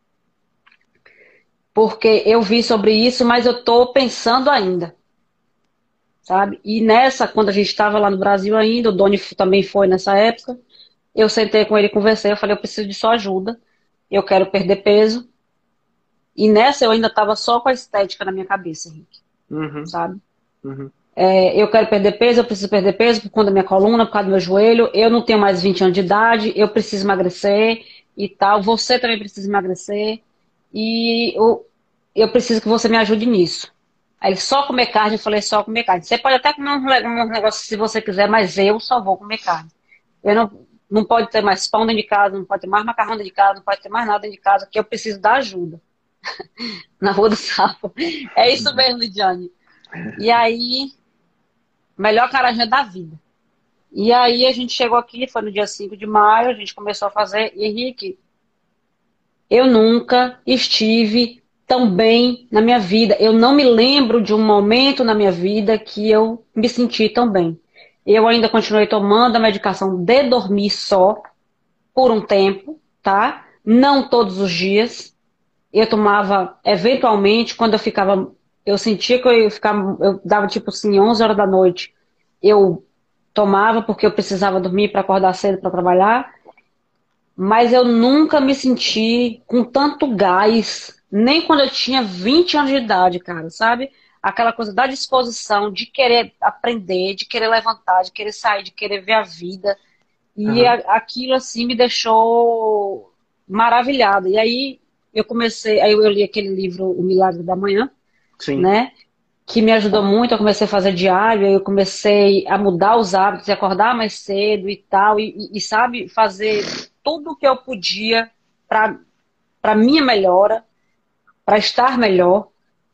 Porque eu vi sobre isso, mas eu tô pensando ainda, sabe? E nessa, quando a gente estava lá no Brasil ainda, o Doni também foi nessa época, eu sentei com ele e conversei, eu falei, eu preciso de sua ajuda, eu quero perder peso. E nessa eu ainda estava só com a estética na minha cabeça, Henrique, Uhum, sabe? uhum. É, eu quero perder peso, eu preciso perder peso por conta da minha coluna, por causa do meu joelho, eu não tenho mais vinte anos de idade, eu preciso emagrecer e tal, você também precisa emagrecer, e eu, eu preciso que você me ajude nisso. Aí ele, só comer carne, eu falei, só comer carne. Você pode até comer um um negócio se você quiser, mas eu só vou comer carne. Eu não, não pode ter mais pão dentro de casa, não pode ter mais macarrão dentro de casa, não pode ter mais nada dentro de casa, que eu preciso da ajuda. Na Rua do Sapo. É isso mesmo, Lidiane. E aí, melhor acarajé da vida. E aí a gente chegou aqui, foi no dia cinco de maio, a gente começou a fazer. E, Henrique, eu nunca estive tão bem na minha vida. Eu não me lembro de um momento na minha vida que eu me senti tão bem. Eu ainda continuei tomando a medicação de dormir só por um tempo, tá? Não todos os dias. Eu tomava eventualmente quando eu ficava, eu sentia que eu ia ficar, eu dava tipo assim, onze horas da noite. Eu tomava porque eu precisava dormir para acordar cedo para trabalhar, mas eu nunca me senti com tanto gás, nem quando eu tinha vinte anos de idade, cara, sabe? Aquela coisa da disposição de querer aprender, de querer levantar, de querer sair, de querer ver a vida. E Aham. a- aquilo assim me deixou maravilhada. E aí eu comecei, aí eu li aquele livro O Milagre da Manhã, Sim. né? Que me ajudou muito. Eu comecei a fazer diário, aí eu comecei a mudar os hábitos, e acordar mais cedo e tal, e, e- e, sabe, fazer tudo o que eu podia para para minha melhora, para estar melhor.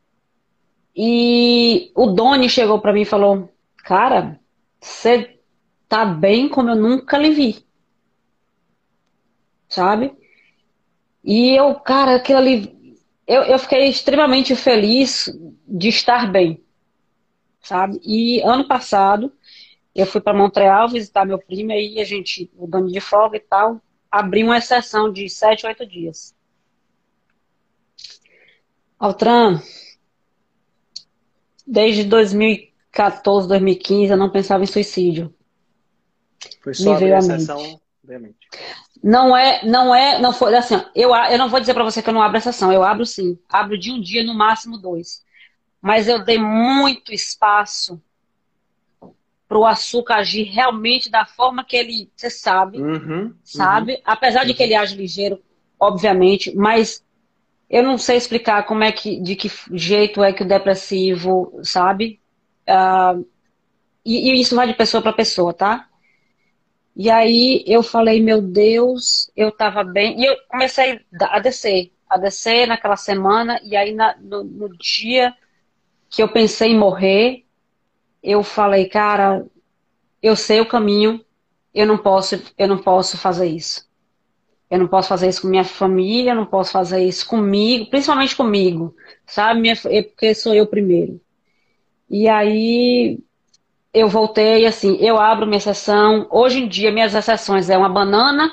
E o Doni chegou para mim e falou: Cara, você tá bem como eu nunca lhe vi, sabe? E eu, cara, aquilo ali, eu, eu fiquei extremamente feliz de estar bem, sabe? E ano passado eu fui para Montreal visitar meu primo, e aí a gente, o dono de folga e tal, abriu uma exceção de sete, oito dias. Altran, desde dois mil e quatorze, dois mil e quinze, eu não pensava em suicídio. Foi Me só abrir veio a à mente. exceção, obviamente. Não é, não é, não foi assim, ó, eu, a- eu não vou dizer para você que eu não abro exceção, eu abro sim. Abro de um dia, no máximo dois. Mas eu dei muito espaço para o açúcar agir realmente da forma que ele, você sabe, Uhum, uhum, sabe? Apesar de que uhum. ele age ligeiro, obviamente, mas eu não sei explicar como é que, de que jeito é que o depressivo, sabe? Ah, e, e isso vai de pessoa para pessoa, tá? E aí eu falei, meu Deus, eu tava bem. E eu comecei a descer, a descer naquela semana. E aí na- no, no dia que eu pensei em morrer, eu falei, cara, eu sei o caminho, eu não posso, eu não posso fazer isso. Eu não posso fazer isso com minha família, eu não posso fazer isso comigo, principalmente comigo, sabe? Minha, é porque sou eu primeiro. E aí eu voltei, assim, eu abro minha sessão. Hoje em dia, minhas exceções é uma banana,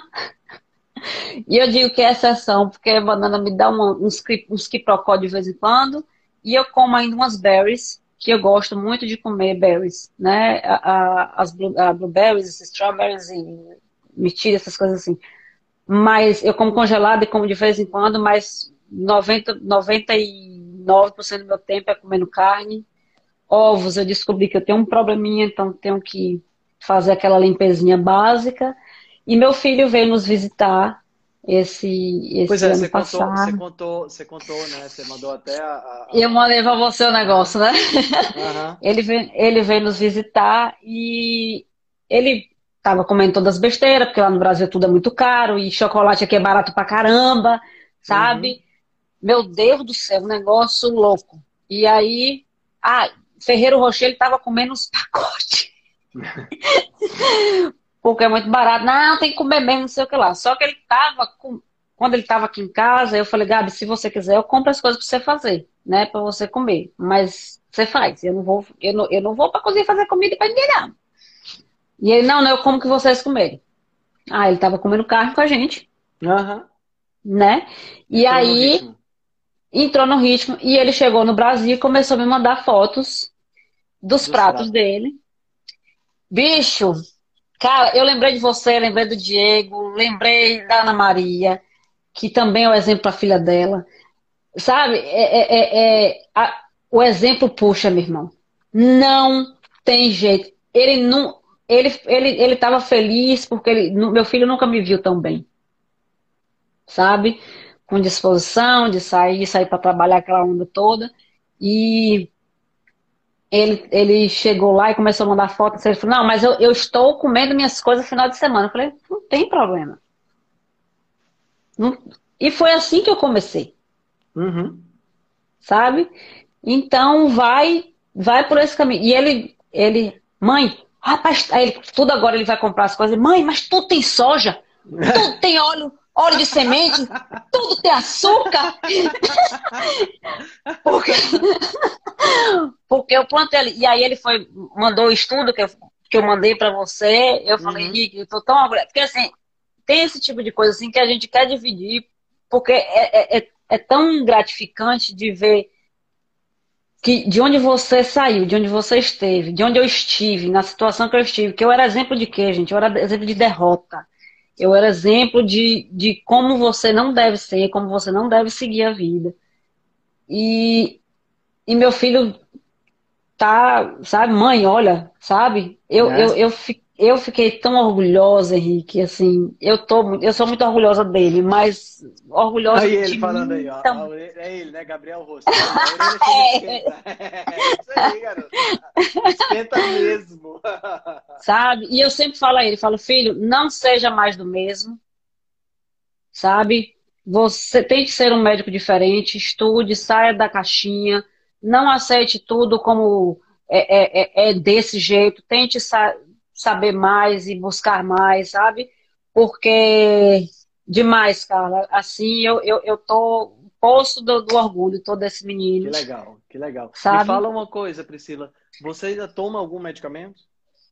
e eu digo que é exceção, porque a banana me dá uma, uns, cri- uns quiprocó de vez em quando, e eu como ainda umas berries, que eu gosto muito de comer berries, né? A, a- as blue- a blueberries, strawberries e mirtilo, essas coisas assim. Mas eu como congelado e como de vez em quando, mas noventa noventa e nove por cento do meu tempo é comendo carne. Ovos, eu descobri que eu tenho um probleminha, então tenho que fazer aquela limpezinha básica. E meu filho veio nos visitar esse, Pois esse é, ano você contou, você passado. contou, você contou, né? Você mandou até a, E eu a, mandei para você o a- Aham, negócio, né? aham. Ele veio, ele veio nos visitar e ele tava comendo todas as besteiras, porque lá no Brasil tudo é muito caro e chocolate aqui é barato pra caramba, Uhum. sabe? Meu Deus do céu, um negócio louco. E aí, ah, Ferreiro Rocher, ele tava comendo uns pacotes, porque é muito barato. Não, tem que comer mesmo, não sei o que lá. Só que ele tava com... Quando ele tava aqui em casa, eu falei, Gabi, se você quiser, eu compro as coisas pra você fazer, né? Pra você comer. Mas você faz. Eu não vou, eu não, eu não vou pra cozinha fazer comida pra ninguém, não. E ele, não, não, eu como que vocês comerem. Ah, ele tava comendo carne com a gente, Aham. né? E Entrou no aí ritmo. entrou no ritmo e ele chegou no Brasil e começou a me mandar fotos dos Dos pratos pratos. dele. Bicho, cara, eu lembrei de você, lembrei do Diego, lembrei da Ana Maria, que também é o exemplo para a filha dela. Sabe? É, é- é- é- a- o exemplo puxa, meu irmão. Não tem jeito. Ele não, ele, ele, ele estava feliz porque ele, nu- meu filho nunca me viu tão bem, sabe? Com disposição de sair, sair para trabalhar aquela onda toda. E ele, ele chegou lá e começou a mandar fotos. Ele falou: Não, mas eu, eu estou comendo minhas coisas no final de semana. Eu falei: Não tem problema. Não- E foi assim que eu comecei, Uhum. sabe? Então vai, vai por esse caminho. E ele, ele, mãe, rapaz, aí ele, tudo agora ele vai comprar as coisas. Mãe, mas tudo tem soja, tudo tem óleo, óleo de semente, tudo tem açúcar, porque, porque eu plantei ali. E aí ele foi, mandou o estudo que eu, que eu mandei para você. Eu falei, Uhum. Henrique, eu tô tão orgulhosa. Porque assim, tem esse tipo de coisa assim que a gente quer dividir, porque é, é, é é tão gratificante de ver que de onde você saiu, de onde você esteve, de onde eu estive, na situação que eu estive, que eu era exemplo de quê, gente? Eu era exemplo de derrota. Eu era exemplo de, de como você não deve ser, como você não deve seguir a vida. E, e meu filho tá, sabe, mãe, olha, sabe? Eu, eu, Né? eu, fi- eu fiquei tão orgulhosa, Henrique, assim, eu tô, mu- eu sou muito orgulhosa dele, mas orgulhosa Aí ele de falando aí, mim ó. A também. orelha- É ele, né? Gabriel Rosto. Aí, a orelha chega e esquenta. É isso aí, garoto. Esquenta mesmo. Sabe? E eu sempre falo a ele, falo, filho, não seja mais do mesmo, sabe? Você tem que ser um médico diferente, estude, saia da caixinha, não aceite tudo como é, é, é é desse jeito, tente sa saber mais e buscar mais, sabe? Porque demais, cara. Assim, eu, eu, eu tô poço do, do orgulho, todos esses Que meninos, legal, que legal. Me sabe? fala uma coisa, Priscila. Você ainda toma algum medicamento?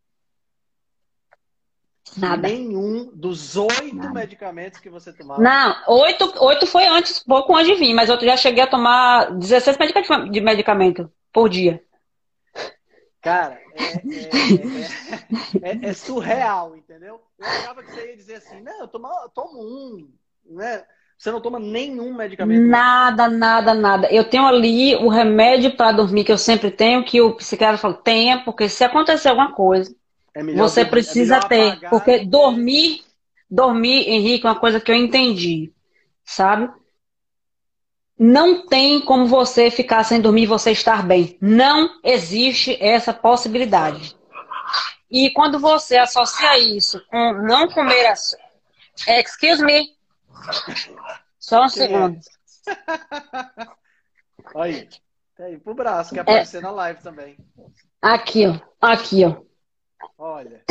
Nada, Nenhum dos oito nada. medicamentos que você tomava. Não, oito, oito foi antes, pouco antes de vir, mas eu já cheguei a tomar dezesseis medica- de medicamento por dia. Cara, é, é, é, é, é surreal, entendeu? Eu achava que você ia dizer assim, não, eu tomo, eu tomo um, né? Você não toma nenhum medicamento mesmo. Nada, nada, nada. Eu tenho ali o remédio para dormir que eu sempre tenho, que o psiquiatra falou, tenha, porque se acontecer alguma coisa, É melhor você dormir, é precisa melhor ter. apagar Porque do que. dormir, dormir, Henrique, é uma coisa que eu entendi, sabe? Não tem como você ficar sem dormir e você estar bem. Não existe essa possibilidade. E quando você associa isso com não comer açúcar... Excuse me. Só um Quem segundo. é? Aí. Tá aí pro braço, que É, aparecer na live também. aqui, ó. Aqui, ó. Olha.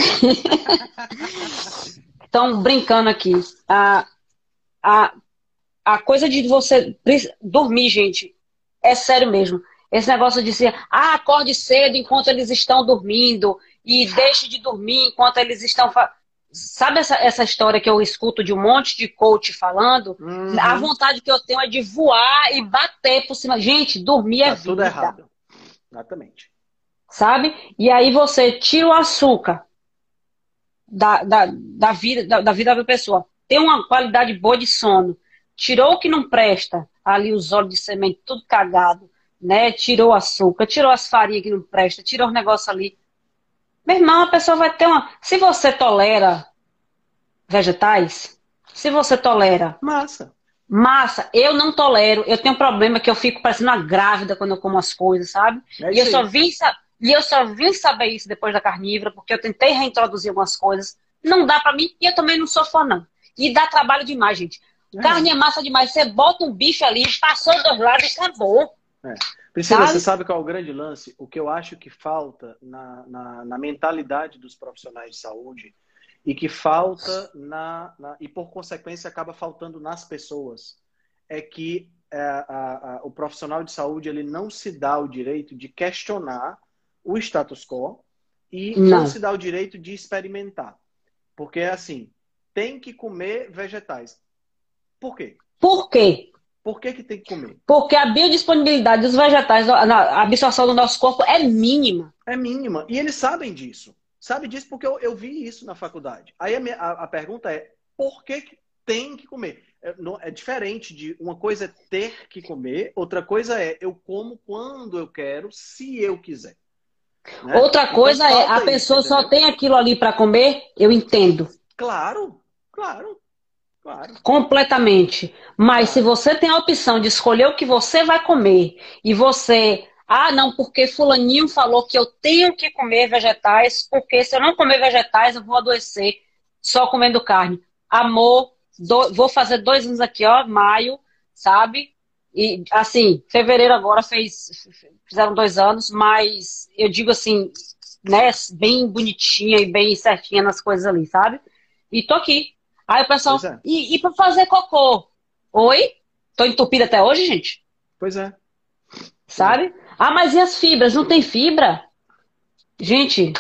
Estão brincando aqui. A, a, a coisa de você pre- dormir, gente, é sério mesmo. Esse negócio de ser, ah, acorde cedo enquanto eles estão dormindo e deixe de dormir enquanto eles estão... Fa... Sabe essa, essa história que eu escuto de um monte de coach falando? A Uhum. vontade que eu tenho é de voar e bater por cima. Gente, dormir é Tá tudo vida, errado. Exatamente. sabe? E aí você tira o açúcar da, da, da vida, da, da vida da pessoa. Tem uma qualidade boa de sono. Tirou o que não presta, ali os óleos de semente, tudo cagado, né? Tirou o açúcar, tirou as farinhas que não presta, tirou os negócios ali. Meu irmão, a pessoa vai ter uma... Se você tolera vegetais, se você tolera Massa. massa, eu não tolero. Eu tenho um problema que eu fico parecendo uma grávida quando eu como as coisas, sabe? É E eu isso só aí. vim, sa- e eu só vim saber isso depois da carnívora, porque eu tentei reintroduzir algumas coisas. Não dá pra mim e eu também não sou fã, não. E dá trabalho demais, gente. Carne É. é massa demais. Você bota um bicho ali, passou dos lados e acabou. É. Priscila, você Sabe? sabe qual é o grande lance? O que eu acho que falta na, na, na mentalidade dos profissionais de saúde e que falta na, na e por consequência acaba faltando nas pessoas é que é, a, a, o profissional de saúde ele não se dá o direito de questionar o status quo e não Não. se dá o direito de experimentar. Porque é assim, tem que comer vegetais. Por quê? Por quê? Por que que tem que comer? Porque a biodisponibilidade dos vegetais, a a absorção do nosso corpo é mínima. É mínima. E eles sabem disso. Sabe disso porque eu, eu vi isso na faculdade. Aí a, minha, a, a pergunta é, por que, que tem que comer? É, não, é diferente de uma coisa é ter que comer, outra coisa é eu como quando eu quero, se eu quiser. Né? Outra Então coisa é, a falta isso, pessoa só entendeu? tem aquilo ali para comer, eu entendo. Claro, claro, claro, Completamente. Mas se claro. você tem a opção de escolher o que você vai comer e você, ah, não, porque fulaninho falou que eu tenho que comer vegetais, porque se eu não comer vegetais eu vou adoecer só comendo carne. Amor, do- vou fazer dois anos aqui, ó, maio, sabe? E assim, fevereiro agora fez, fizeram dois anos, mas eu digo assim, né, bem bonitinha e bem certinha nas coisas ali, sabe? E tô aqui. Aí o pessoal, Pois é, e, e pra fazer cocô? Oi? Tô entupida até hoje, gente? pois é, pois é. Sabe? Ah, mas e as fibras? Não tem fibra? Gente,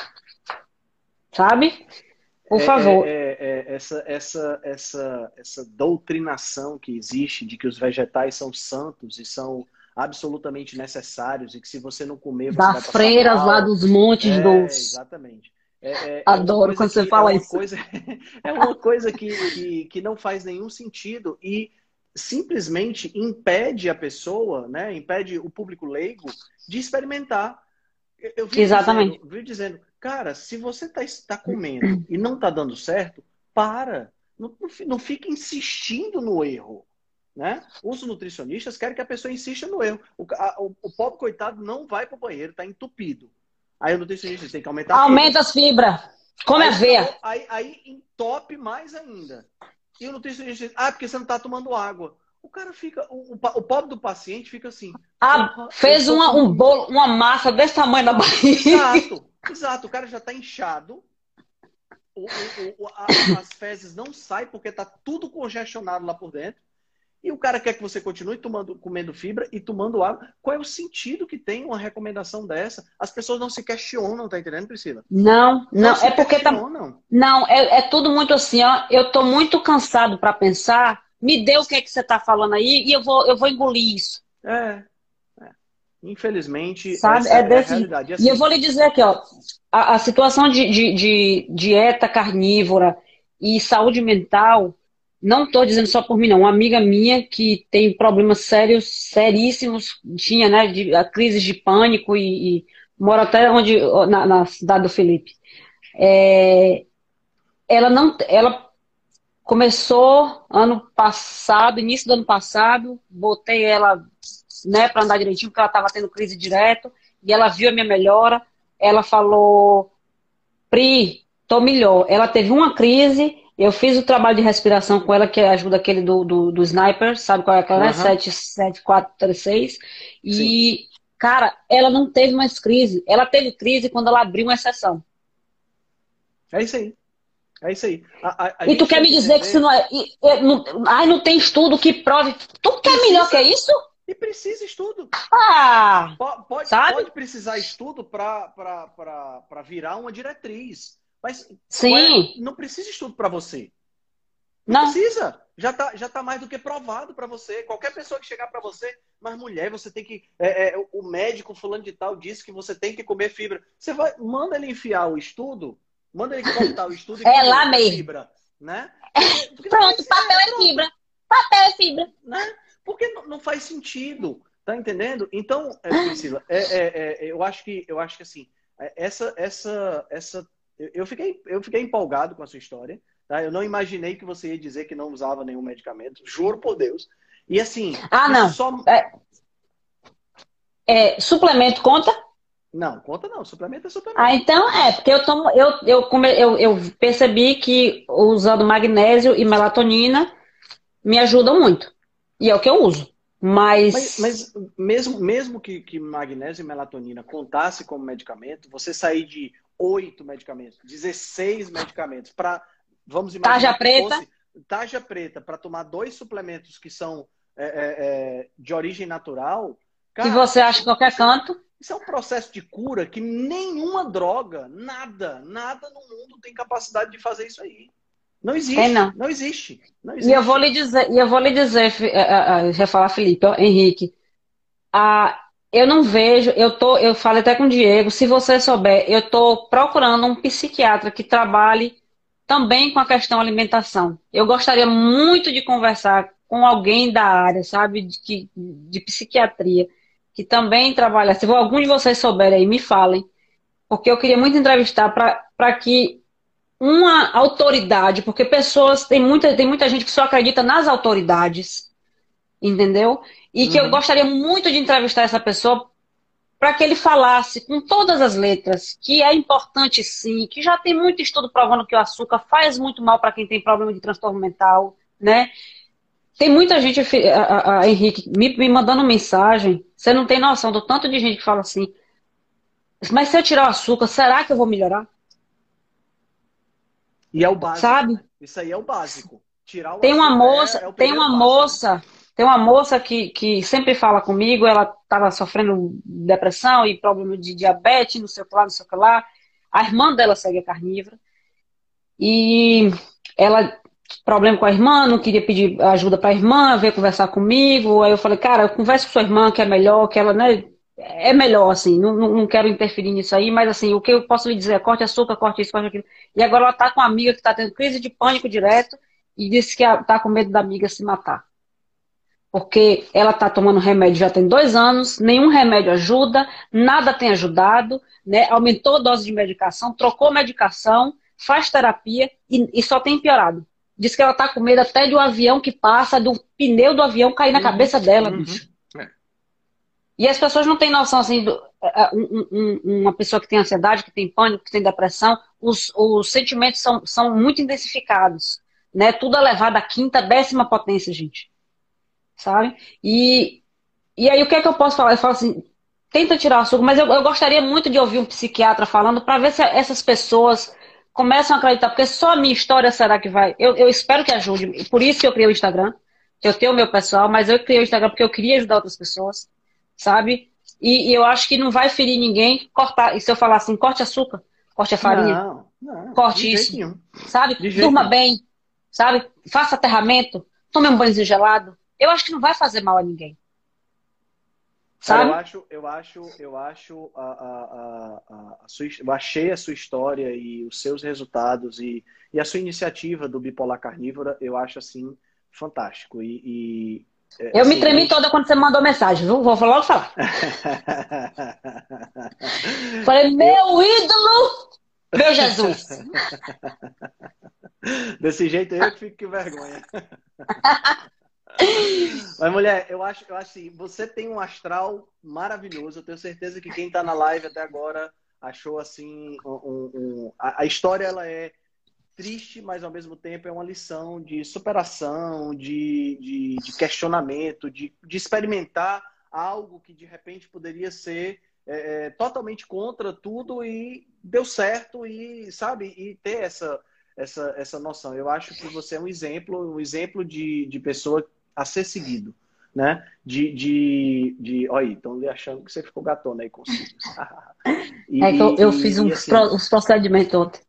sabe? Por É, é, favor. é, é, essa, essa, essa, essa doutrinação que existe de que os vegetais são santos e são absolutamente necessários e que se você não comer você vai Das passar freiras lá mal. dos montes É, dos. exatamente. É, é, é uma Adoro coisa quando você que é fala uma isso. coisa é uma coisa que, que, que não faz nenhum sentido e simplesmente impede a pessoa, né, impede o público leigo de experimentar. Eu, eu vivo dizendo, Exatamente. vivo dizendo, cara, se você está tá comendo e não está dando certo, para. Não, não, fi- não fique insistindo no erro. Né? Os nutricionistas querem que a pessoa insista no erro. O, a- o, o pobre coitado não vai para o banheiro, está entupido. Aí o nutricionista diz, tem que aumentar a fibra. Aumenta as fibras. Come Aí, aveia. aí, aí entope mais ainda. E o nutricionista diz, ah, porque você não está tomando água. O cara fica, o, o, pa- o pobre do paciente fica assim, Ah, porra, eu fez tô uma, um com... bolo, uma massa desse tamanho na barriga. Exato, exato. O cara já está inchado, o, o, o, a- a- as fezes não saem porque está tudo congestionado lá por dentro. E o cara quer que você continue tomando, comendo fibra e tomando água. Qual é o sentido que tem uma recomendação dessa? As pessoas não se questionam, tá entendendo, Priscila? Não, Não não, se é porque tá. questionam. Não, é, é tudo muito assim, ó. Eu tô muito cansado para pensar. Me dê o que é que você tá falando aí e eu vou, eu vou engolir isso, É, é. Infelizmente, sabe? essa É é a desse. realidade. E E eu assim, vou lhe dizer aqui, ó, a, a situação de, de, de dieta carnívora e saúde mental, não estou dizendo só por mim, não. Uma amiga minha que tem problemas sérios, seríssimos, tinha, né, de, a crise de pânico e, e mora até onde, na, na cidade do Felipe. É, ela não, ela começou ano passado, início do ano passado, botei ela, né, para andar direitinho, porque ela estava tendo crise direto, e ela viu a minha melhora. Ela falou: Pri, tô melhor. Ela teve uma crise, eu fiz o trabalho de respiração com ela, que ajuda aquele do, do, do sniper, sabe qual é aquela, né? Aham, sete, sete, quatro, três, seis. sim. E, cara, ela não teve mais crise. Ela teve crise quando ela abriu uma exceção. É isso aí. É isso aí. A, a, a E tu gente quer tem me que dizer que se entender. não é. E- e- não- ai, não tem estudo que prove. Tu quer melhor Precisa que isso? e precisa estudo. Ah! Po- Pode, Sabe? pode precisar estudo para virar uma diretriz. Mas qual é- Sim. não precisa estudo para você. Não Não. precisa. Já está já tá mais do que provado para você. Qualquer pessoa que chegar para você, mas mulher, você tem que. É, é, o médico fulano de tal disse que você tem que comer fibra. Você vai, manda ele enfiar o estudo, manda ele cortar o estudo e É lá comer, que é mesmo. fibra, né? Porque, porque não Pronto, faz, papel é, é pronto, fibra. Papel é fibra. né? Porque não, não faz sentido, tá entendendo? Então, é, Priscila, é, é, é, eu acho que eu acho que assim, é, essa essa essa eu eu fiquei eu fiquei empolgado com a sua história, tá? Eu não imaginei que você ia dizer que não usava nenhum medicamento, juro por Deus. E assim, Ah, isso não. só É, é, suplemento conta? não, conta não, suplemento é Ah, suplemento. então é, porque eu tomo, eu, eu, come- eu, eu percebi que usando magnésio e melatonina me ajudam muito. E é o que eu uso. Mas, Mas mas mesmo, mesmo que, que magnésio e melatonina contasse como medicamento, você sair de oito medicamentos, dezesseis medicamentos, para, vamos tarja imaginar que preta, fosse tarja preta, para tomar dois suplementos que são é, é, é, de origem natural, que cara, você acha em isso, qualquer isso, é um, canto, isso é um processo de cura que nenhuma droga, nada, nada no mundo tem capacidade de fazer isso aí. Não tem não. existe, não existe, não E eu vou existe. lhe dizer, e eu vou lhe dizer, Fi- eh, eh, eh, eu ia falar Felipe, ó, Henrique, ah, eu não vejo, eu tô, eu falei até com o Diego, se você souber, eu estou procurando um psiquiatra que trabalhe também com a questão alimentação. Eu gostaria muito de conversar com alguém da área, sabe, de, que- de psiquiatria, que também trabalha. Se algum de vocês souberem aí, me falem, porque eu queria muito entrevistar para que uma autoridade, porque pessoas, tem muita, tem muita gente que só acredita nas autoridades, entendeu? E que eu Uhum. gostaria muito de entrevistar essa pessoa para que ele falasse com todas as letras que é importante sim, que já tem muito estudo provando que o açúcar faz muito mal para quem tem problema de transtorno mental, né? Tem muita gente, a, a, a Henrique, me, me mandando mensagem, você não tem noção do tanto de gente que fala assim, mas se eu tirar o açúcar, será que eu vou melhorar? E é o básico, Sabe? né? Isso aí é o básico. Tirar o Tem uma açúcar é, moça, é o tem primeiro uma passo, né? moça, tem uma moça que, que sempre fala comigo, ela estava sofrendo depressão e problema de diabetes, não sei o que lá, não sei o que lá. A irmã dela segue a carnívora e ela, problema com a irmã, não queria pedir ajuda para a irmã, veio conversar comigo. Aí eu falei, cara, conversa com sua irmã que é melhor, que ela, né, é melhor, assim, não, não, não quero interferir nisso aí, mas assim, o que eu posso lhe dizer é corte açúcar, corte isso, corte aquilo. E agora ela tá com uma amiga que tá tendo crise de pânico direto e disse que a- tá com medo da amiga se matar. Porque ela tá tomando remédio já tem dois anos, nenhum remédio ajuda, nada tem ajudado, né? Aumentou a dose de medicação, trocou medicação, faz terapia e, e só tem piorado. Diz que ela tá com medo até de um avião que passa, do pneu do avião cair na Uhum, cabeça dela, uhum. bicho. É. E as pessoas não têm noção, assim, do, é, um- um- um, uma pessoa que tem ansiedade, que tem pânico, que tem depressão, os, os sentimentos são, são muito intensificados, né? Tudo é levado à quinta, décima potência, gente, sabe? E, e aí o que é que eu posso falar? Eu falo assim, tenta tirar o suco, mas eu, eu gostaria muito de ouvir um psiquiatra falando para ver se essas pessoas começam a acreditar, porque só a minha história será que vai? Eu, eu espero que ajude, por isso que eu criei o Instagram, que eu tenho o meu pessoal, mas eu criei o Instagram porque eu queria ajudar outras pessoas, sabe? E, e eu acho que não vai ferir ninguém cortar. E se eu falar assim, corte açúcar, corte a farinha, Não, não, de corte jeito isso, nenhum. sabe? De jeito Durma nenhum. bem, sabe? Faça aterramento, tome um banhozinho gelado. Eu acho que não vai fazer mal a ninguém, Cara, eu sabe? acho, eu acho, eu acho a, a, a, a- a sua, eu achei a sua história e os seus resultados e, e a sua iniciativa do Bipolar Carnívora, eu acho assim fantástico. E, e, é, Eu me assim, a tremi gente. toda quando você me mandou mensagem, viu? Vou logo falar. Falei, Eu, meu ídolo, meu Jesus. desse jeito eu que fico com vergonha. Mas, mulher, eu acho, eu acho assim, você tem um astral maravilhoso. Eu tenho certeza que quem está na live até agora achou assim, um, um, um, a, a história ela é triste, mas ao mesmo tempo é uma lição de superação, de, de, de questionamento, de, de experimentar algo que de repente poderia ser é, totalmente contra tudo e deu certo e, sabe, e ter essa, essa, essa noção. Eu acho que você é um exemplo, um exemplo de, de pessoa a ser seguido, né? De, de, de... Olha aí, estão achando que você ficou gatona aí com os filhos. E, É que eu, eu e, fiz e, uns, assim, pro, uns procedimentos ontem.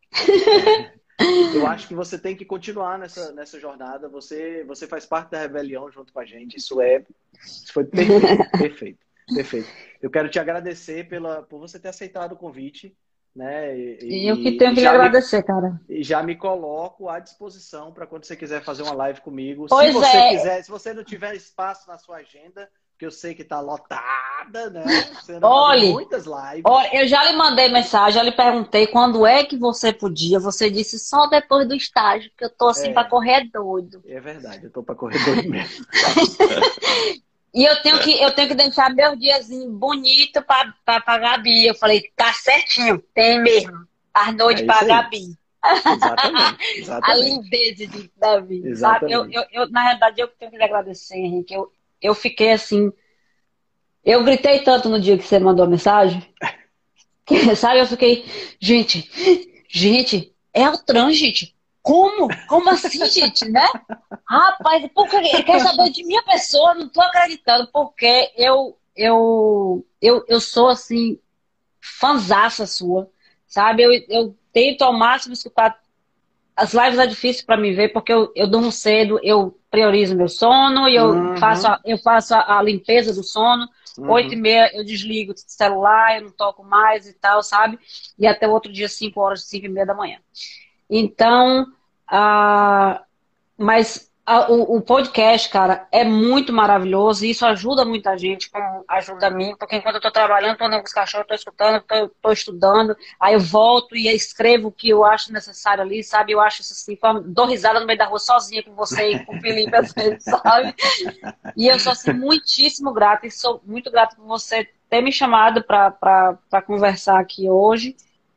eu acho que você tem que continuar nessa, nessa jornada. Você, você faz parte da rebelião junto com a gente. Isso é, isso foi perfeito, perfeito, perfeito. Eu quero te agradecer pela, por você ter aceitado o convite, né? E eu que E, tenho e que lhe já me, agradecer, cara. e já me coloco à disposição para quando você quiser fazer uma live comigo. Se Pois você é, quiser, se você não tiver espaço na sua agenda, que eu sei que está lotada, né? Você anda fazendo olhe, muitas lives. olha, eu já lhe mandei mensagem, já lhe perguntei quando é que você podia. Você disse só depois do estágio, porque eu tô assim para É, correr doido. é verdade, eu tô para correr doido mesmo. E eu tenho que, eu tenho que deixar meu diazinho bonito para a Gabi. Eu falei, tá certinho, tem mesmo. As noites É para isso a aí. Gabi. Exatamente, A exatamente, lindeza de Davi, sabe? Eu, exatamente. eu, eu, na realidade, eu que tenho que lhe agradecer, Henrique. Eu, eu fiquei assim. Eu gritei tanto no dia que você mandou a mensagem, que, sabe? Eu fiquei, gente, gente, é o trans, gente. Como? Como assim, gente, né? Rapaz, porque ele quer saber de minha pessoa, não tô acreditando, porque eu, eu, eu, eu sou assim, fanzaça sua, sabe? Eu, eu tento ao máximo escutar. As lives é difícil para mim ver, porque eu, eu durmo cedo, eu priorizo meu sono e eu faço Uhum, a, eu faço a, a limpeza do sono. Oito e uhum. meia eu desligo o celular, eu não toco mais e tal, sabe? E até o outro dia, cinco horas, cinco e meia da manhã. Então, ah, mas a- o, o podcast, cara, é muito maravilhoso e isso ajuda muita gente, como ajuda a mim, porque enquanto eu tô trabalhando, tô andando com os cachorros, tô escutando, tô, tô estudando, aí eu volto e escrevo o que eu acho necessário ali, sabe? Eu acho isso assim, forma- dou risada no meio da rua sozinha com você e com o Felipe, às vezes, sabe? E eu sou assim, muitíssimo grata e sou muito grata por você ter me chamado para conversar aqui hoje.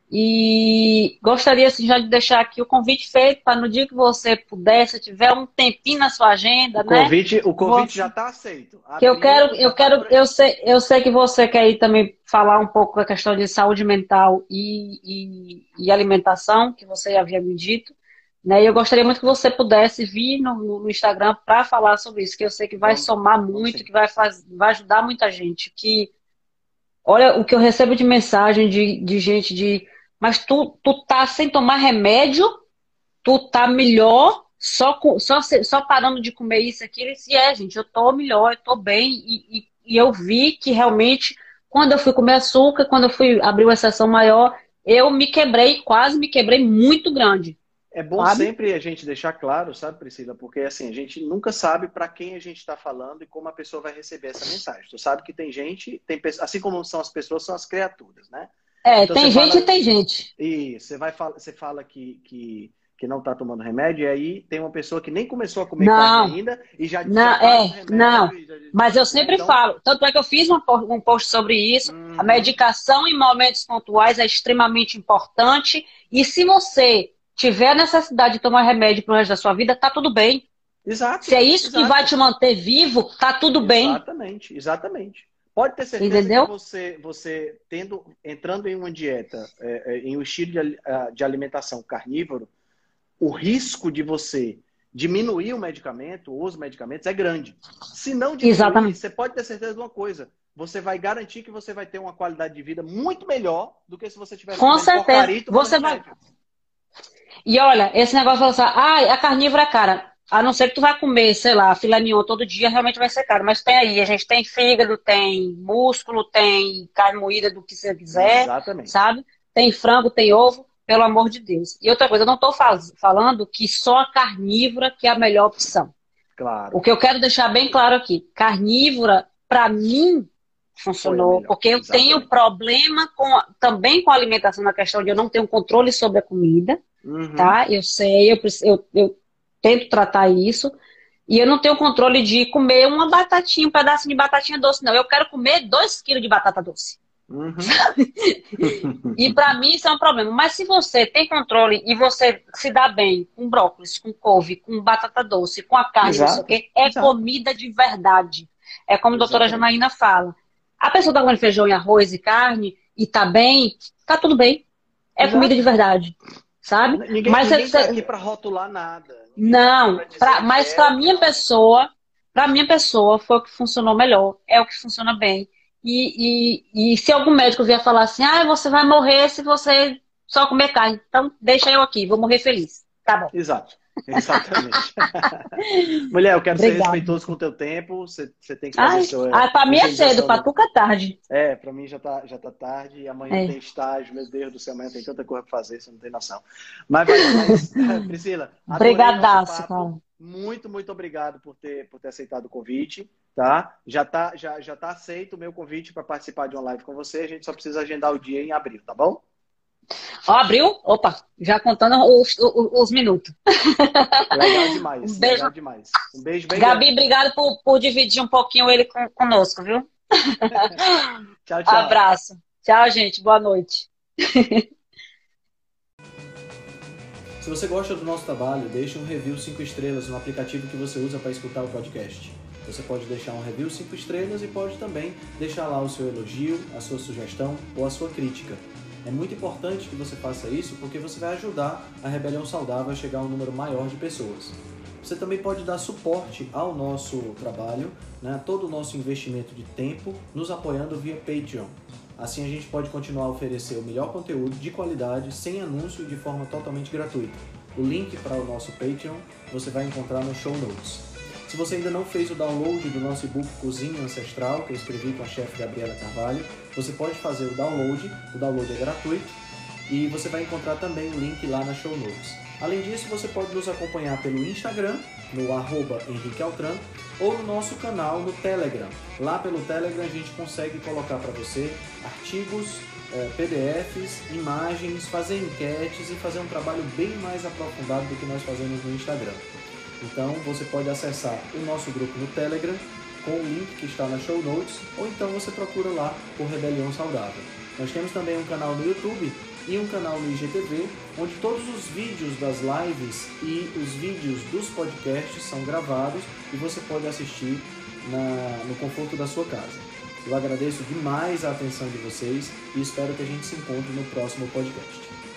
E gostaria assim, já de deixar aqui o convite feito para no dia que você puder, se tiver um tempinho na sua O agenda, né? convite, o convite já Você, está aceito. que eu quero, Abriu, já eu está. quero, eu sei, eu sei que você quer ir também falar um pouco da questão de saúde mental e, e, e alimentação, que você havia me dito, né? E eu gostaria muito que você pudesse vir no, no Instagram para falar sobre isso, que eu sei que vai Vamos, somar vamos muito, sim. que vai, faz, vai ajudar muita gente, que olha, o que eu recebo de mensagem de, de gente de, mas tu, tu tá sem tomar remédio, tu tá melhor, só, com, só, se- só parando de comer isso aqui. Ele disse, é, gente, eu tô melhor, eu tô bem. E, e, e eu vi que realmente, quando eu fui comer açúcar, quando eu fui abrir uma exceção maior, eu me quebrei, quase me quebrei muito grande, É bom sabe? sempre a gente deixar claro, sabe, Priscila? Porque assim, a gente nunca sabe para quem a gente está falando e como a pessoa vai receber essa mensagem. Tu sabe que tem gente, tem, pe- assim como são as pessoas, são as criaturas, né? É, Então você tem gente e fala, tem gente. e você vai você fala que, que, que não está tomando remédio, e aí tem uma pessoa que nem começou a comer carne Não, ainda e já, não, já tá no é, não. remédio, e já, Mas eu né? sempre Então, falo, tanto é que eu fiz uma po- um post sobre isso. A uhum, medicação em momentos pontuais é extremamente importante. E se você tiver a necessidade de tomar remédio pro resto da sua vida, tá tudo bem. Se exato, é isso que vai exato. te manter vivo, tá tudo bem. Exatamente, exatamente. Pode ter certeza que Entendeu? você, você tendo, entrando em uma dieta, é, é, em um estilo de, ali- ah, de alimentação carnívoro, o risco de você diminuir o medicamento, os medicamentos, é grande. Se não diminuir, Exatamente. você pode ter certeza de uma coisa: você vai garantir que você vai ter uma qualidade de vida muito melhor do que se você estivesse Com comendo certeza. porcaria e tomando Você vai. remédio. E olha, esse negócio fala assim, ah, a carnívora é cara. A não ser que tu vá comer, sei lá, filé mignon todo dia, realmente vai ser caro. Mas tem aí, a gente tem fígado, tem músculo, tem carne moída do que você quiser, Exatamente. sabe? Tem frango, tem ovo, pelo amor de Deus. E outra coisa, eu não estou falando que só a carnívora que é a melhor opção. O Claro, que eu quero deixar bem claro aqui, carnívora, para mim, foi a funcionou, melhor. porque eu tenho Exatamente. problema com, também com a alimentação, na questão de eu não ter um controle sobre a comida, Uhum. tá? Eu sei, eu, preci- eu, eu tento tratar isso. E eu não tenho controle de comer uma batatinha, um pedacinho de batatinha doce, não. Eu quero comer dois quilos de batata doce. Uhum. E para mim isso é um problema. Mas se você tem controle e você se dá bem com brócolis, com couve, com batata doce, com a carne, não sei o Exato, quê, é exato. comida de verdade. É como a doutora Exatamente. Janaína fala. A pessoa tá comendo feijão e arroz e carne e tá bem, tá tudo bem. É comida Exato. de verdade, sabe? Ninguém, Mas ninguém cê- tá cê- aqui para rotular nada. Ninguém tá aqui não, para dizer pra, o que mas é para ou o que minha não é. pessoa, para minha pessoa foi o que funcionou melhor, é o que funciona bem. E, e, e se algum médico vier falar assim, ah, você vai morrer se você só comer carne, então deixa eu aqui, vou morrer feliz. Tá bom. Exato, exatamente. Mulher, eu quero ser Obrigada. respeitoso com o teu tempo. Você, você tem que fazer Ai, sua ah, para mim é cedo, higienização. para do- tu que é tarde. É, para mim já tá, já tá tarde e amanhã É. tem estágio. Meu Deus do céu, amanhã tem tanta coisa para fazer, você não tem noção. Mas, mas, mas Priscila, adorei nosso Brigadaço, papo. cara. Muito, muito obrigado por ter, por ter aceitado o convite, tá? Já tá, já, já tá aceito o meu convite para participar de uma live com você. A gente só precisa agendar o dia em abril, tá bom? Ó, abriu? Opa, já contando os, os, os minutos. Legal demais, Um beijo. legal demais. Um beijo bem Gabi, grande. obrigado por, por dividir um pouquinho ele com, conosco, viu? Tchau, tchau. Abraço. Tchau, gente. Boa noite. Se você gosta do nosso trabalho, deixe um review cinco estrelas no aplicativo que você usa para escutar o podcast. Você pode deixar um review cinco estrelas e pode também deixar lá o seu elogio, a sua sugestão ou a sua crítica. É muito importante que você faça isso porque você vai ajudar a Rebelião Saudável a chegar a um número maior de pessoas. Você também pode dar suporte ao nosso trabalho, né, todo o nosso investimento de tempo, nos apoiando via Patreon. Assim a gente pode continuar a oferecer o melhor conteúdo de qualidade, sem anúncio e de forma totalmente gratuita. O link para o nosso Patreon você vai encontrar no show notes. Se você ainda não fez o download do nosso e-book Cozinha Ancestral, que eu escrevi com a chefe Gabriela Carvalho, você pode fazer o download, o download é gratuito, e você vai encontrar também o link lá na show notes. Além disso, você pode nos acompanhar pelo Instagram, no arroba Henrique Altran, ou no nosso canal no Telegram. Lá pelo Telegram a gente consegue colocar para você artigos, eh, P D Fs, imagens, fazer enquetes e fazer um trabalho bem mais aprofundado do que nós fazemos no Instagram. Então você pode acessar o nosso grupo no Telegram com o link que está na show notes, ou então você procura lá por Rebelião Saudável. Nós temos também um canal no YouTube e um canal no I G T V, onde todos os vídeos das lives e os vídeos dos podcasts são gravados e você pode assistir na, no conforto da sua casa. Eu agradeço demais a atenção de vocês e espero que a gente se encontre no próximo podcast.